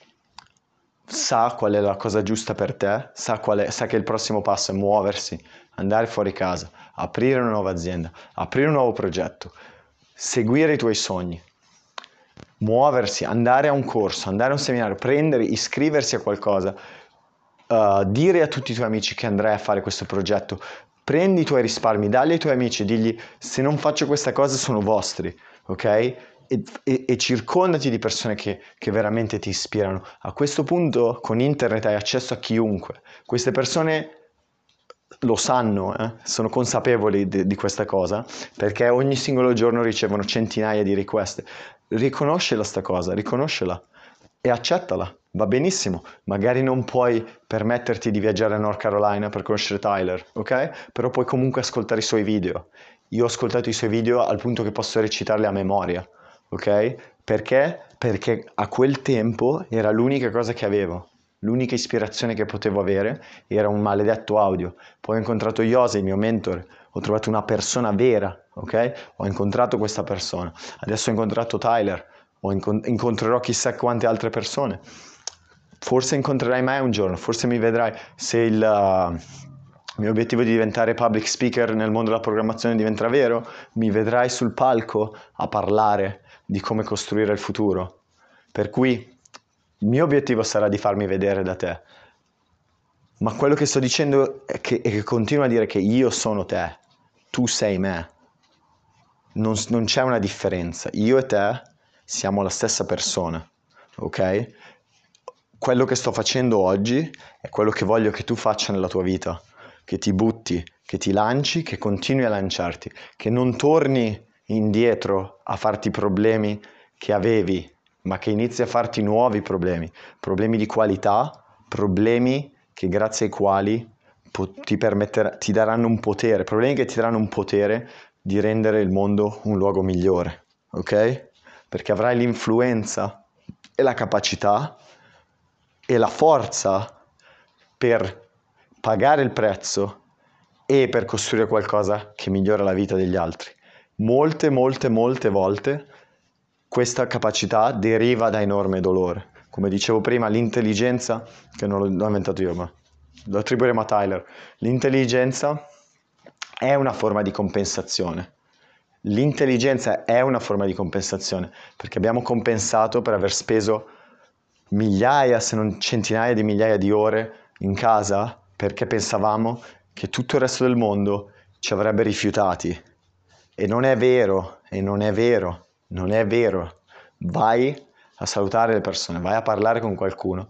sa qual è la cosa giusta per te, sa, qual è, sa che il prossimo passo è muoversi, andare fuori casa, aprire una nuova azienda, aprire un nuovo progetto, seguire i tuoi sogni, muoversi, andare a un corso, andare a un seminario, prendere, iscriversi a qualcosa, uh, dire a tutti i tuoi amici che andrai a fare questo progetto, prendi i tuoi risparmi, dalli ai tuoi amici, digli se non faccio questa cosa sono vostri, ok? E, e, e circondati di persone che, che veramente ti ispirano. A questo punto con internet hai accesso a chiunque. Queste persone lo sanno, eh? Sono consapevoli di, di questa cosa, perché ogni singolo giorno ricevono centinaia di richieste. Riconoscela sta cosa, riconoscela e accettala, va benissimo. Magari non puoi permetterti di viaggiare a North Carolina per conoscere Tyler, ok? Però puoi comunque ascoltare i suoi video. Io ho ascoltato i suoi video al punto che posso recitarli a memoria, ok? Perché? Perché a quel tempo era l'unica cosa che avevo. L'unica ispirazione che potevo avere era un maledetto audio. Poi ho incontrato Jose, il mio mentore, ho trovato una persona vera, ok? Ho incontrato questa persona. Adesso ho incontrato Tyler, o incont- incontrerò chissà quante altre persone. Forse incontrerai me un giorno, forse mi vedrai. Se il uh, mio obiettivo di diventare public speaker nel mondo della programmazione diventerà vero, mi vedrai sul palco a parlare di come costruire il futuro. Per cui il mio obiettivo sarà di farmi vedere da te, ma quello che sto dicendo è che, è che continuo a dire che io sono te, tu sei me, non, non c'è una differenza, io e te siamo la stessa persona, ok? Quello che sto facendo oggi è quello che voglio che tu faccia nella tua vita, che ti butti, che ti lanci, che continui a lanciarti, che non torni indietro a farti problemi che avevi, ma che inizi a farti nuovi problemi, problemi di qualità, problemi che grazie ai quali ti, ti daranno un potere, problemi che ti daranno un potere di rendere il mondo un luogo migliore, ok? Perché avrai l'influenza e la capacità e la forza per pagare il prezzo e per costruire qualcosa che migliora la vita degli altri. Molte, molte, molte volte questa capacità deriva da enorme dolore. Come dicevo prima, l'intelligenza, che non l'ho inventato io, ma lo attribuiremo a Tyler, l'intelligenza è una forma di compensazione. L'intelligenza è una forma di compensazione, perché abbiamo compensato per aver speso migliaia, se non centinaia di migliaia di ore in casa, perché pensavamo che tutto il resto del mondo ci avrebbe rifiutati. E non è vero, e non è vero, non è vero. Vai a salutare le persone, vai a parlare con qualcuno.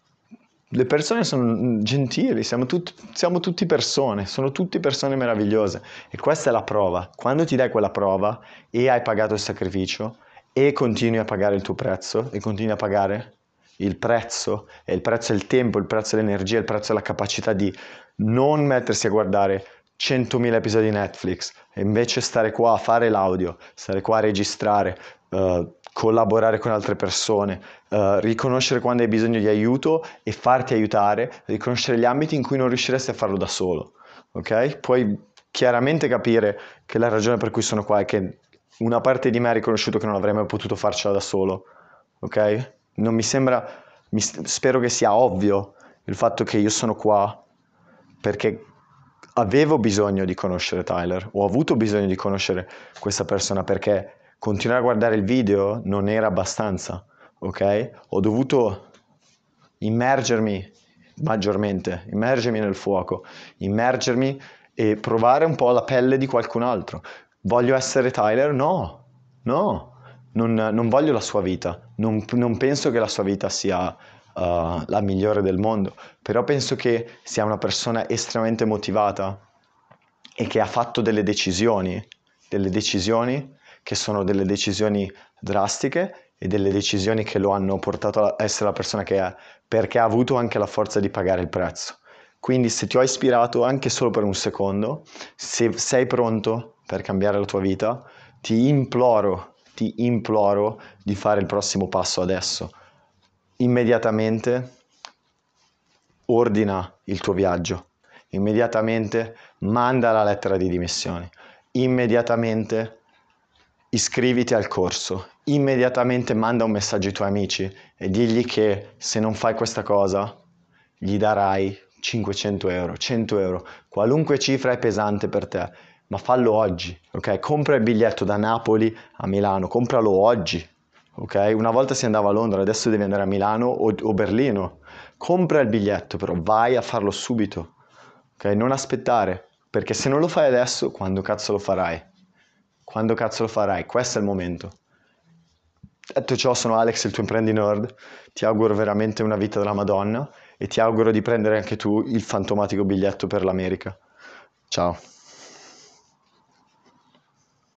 Le persone sono gentili, siamo, tut- siamo tutti persone, sono tutti persone meravigliose. E questa è la prova. Quando ti dai quella prova e hai pagato il sacrificio e continui a pagare il tuo prezzo e continui a pagare il prezzo, e il prezzo è il tempo, il prezzo è l'energia, il prezzo è la capacità di non mettersi a guardare centomila episodi di Netflix e invece stare qua a fare l'audio, stare qua a registrare, uh, collaborare con altre persone, uh, riconoscere quando hai bisogno di aiuto e farti aiutare, riconoscere gli ambiti in cui non riusciresti a farlo da solo, ok? Puoi chiaramente capire che la ragione per cui sono qua è che una parte di me ha riconosciuto che non avrei mai potuto farcela da solo, ok? Non mi sembra, mi, spero che sia ovvio il fatto che io sono qua perché avevo bisogno di conoscere Tyler, ho avuto bisogno di conoscere questa persona perché continuare a guardare il video non era abbastanza, ok? Ho dovuto immergermi maggiormente, immergermi nel fuoco, immergermi e provare un po' la pelle di qualcun altro. Voglio essere Tyler? No, no, non, non voglio la sua vita, non, non penso che la sua vita sia uh, la migliore del mondo, però penso che sia una persona estremamente motivata e che ha fatto delle decisioni, delle decisioni che sono delle decisioni drastiche e delle decisioni che lo hanno portato a essere la persona che è, perché ha avuto anche la forza di pagare il prezzo. Quindi se ti ho ispirato anche solo per un secondo, se sei pronto per cambiare la tua vita, ti imploro, ti imploro di fare il prossimo passo adesso. Immediatamente ordina il tuo viaggio, immediatamente manda la lettera di dimissioni, immediatamente iscriviti al corso, immediatamente manda un messaggio ai tuoi amici e digli che se non fai questa cosa gli darai cinquecento euro, cento euro, qualunque cifra è pesante per te, ma fallo oggi, ok? Compra il biglietto da Napoli a Milano, compralo oggi, ok? Una volta si andava a Londra, adesso devi andare a Milano o, o Berlino. Compra il biglietto, però vai a farlo subito, ok? Non aspettare, perché se non lo fai adesso, quando cazzo lo farai? Quando cazzo lo farai? Questo è il momento. Detto ciò, sono Alex, il tuo Imprendi Nerd. Ti auguro veramente una vita della Madonna e ti auguro di prendere anche tu il fantomatico biglietto per l'America. Ciao.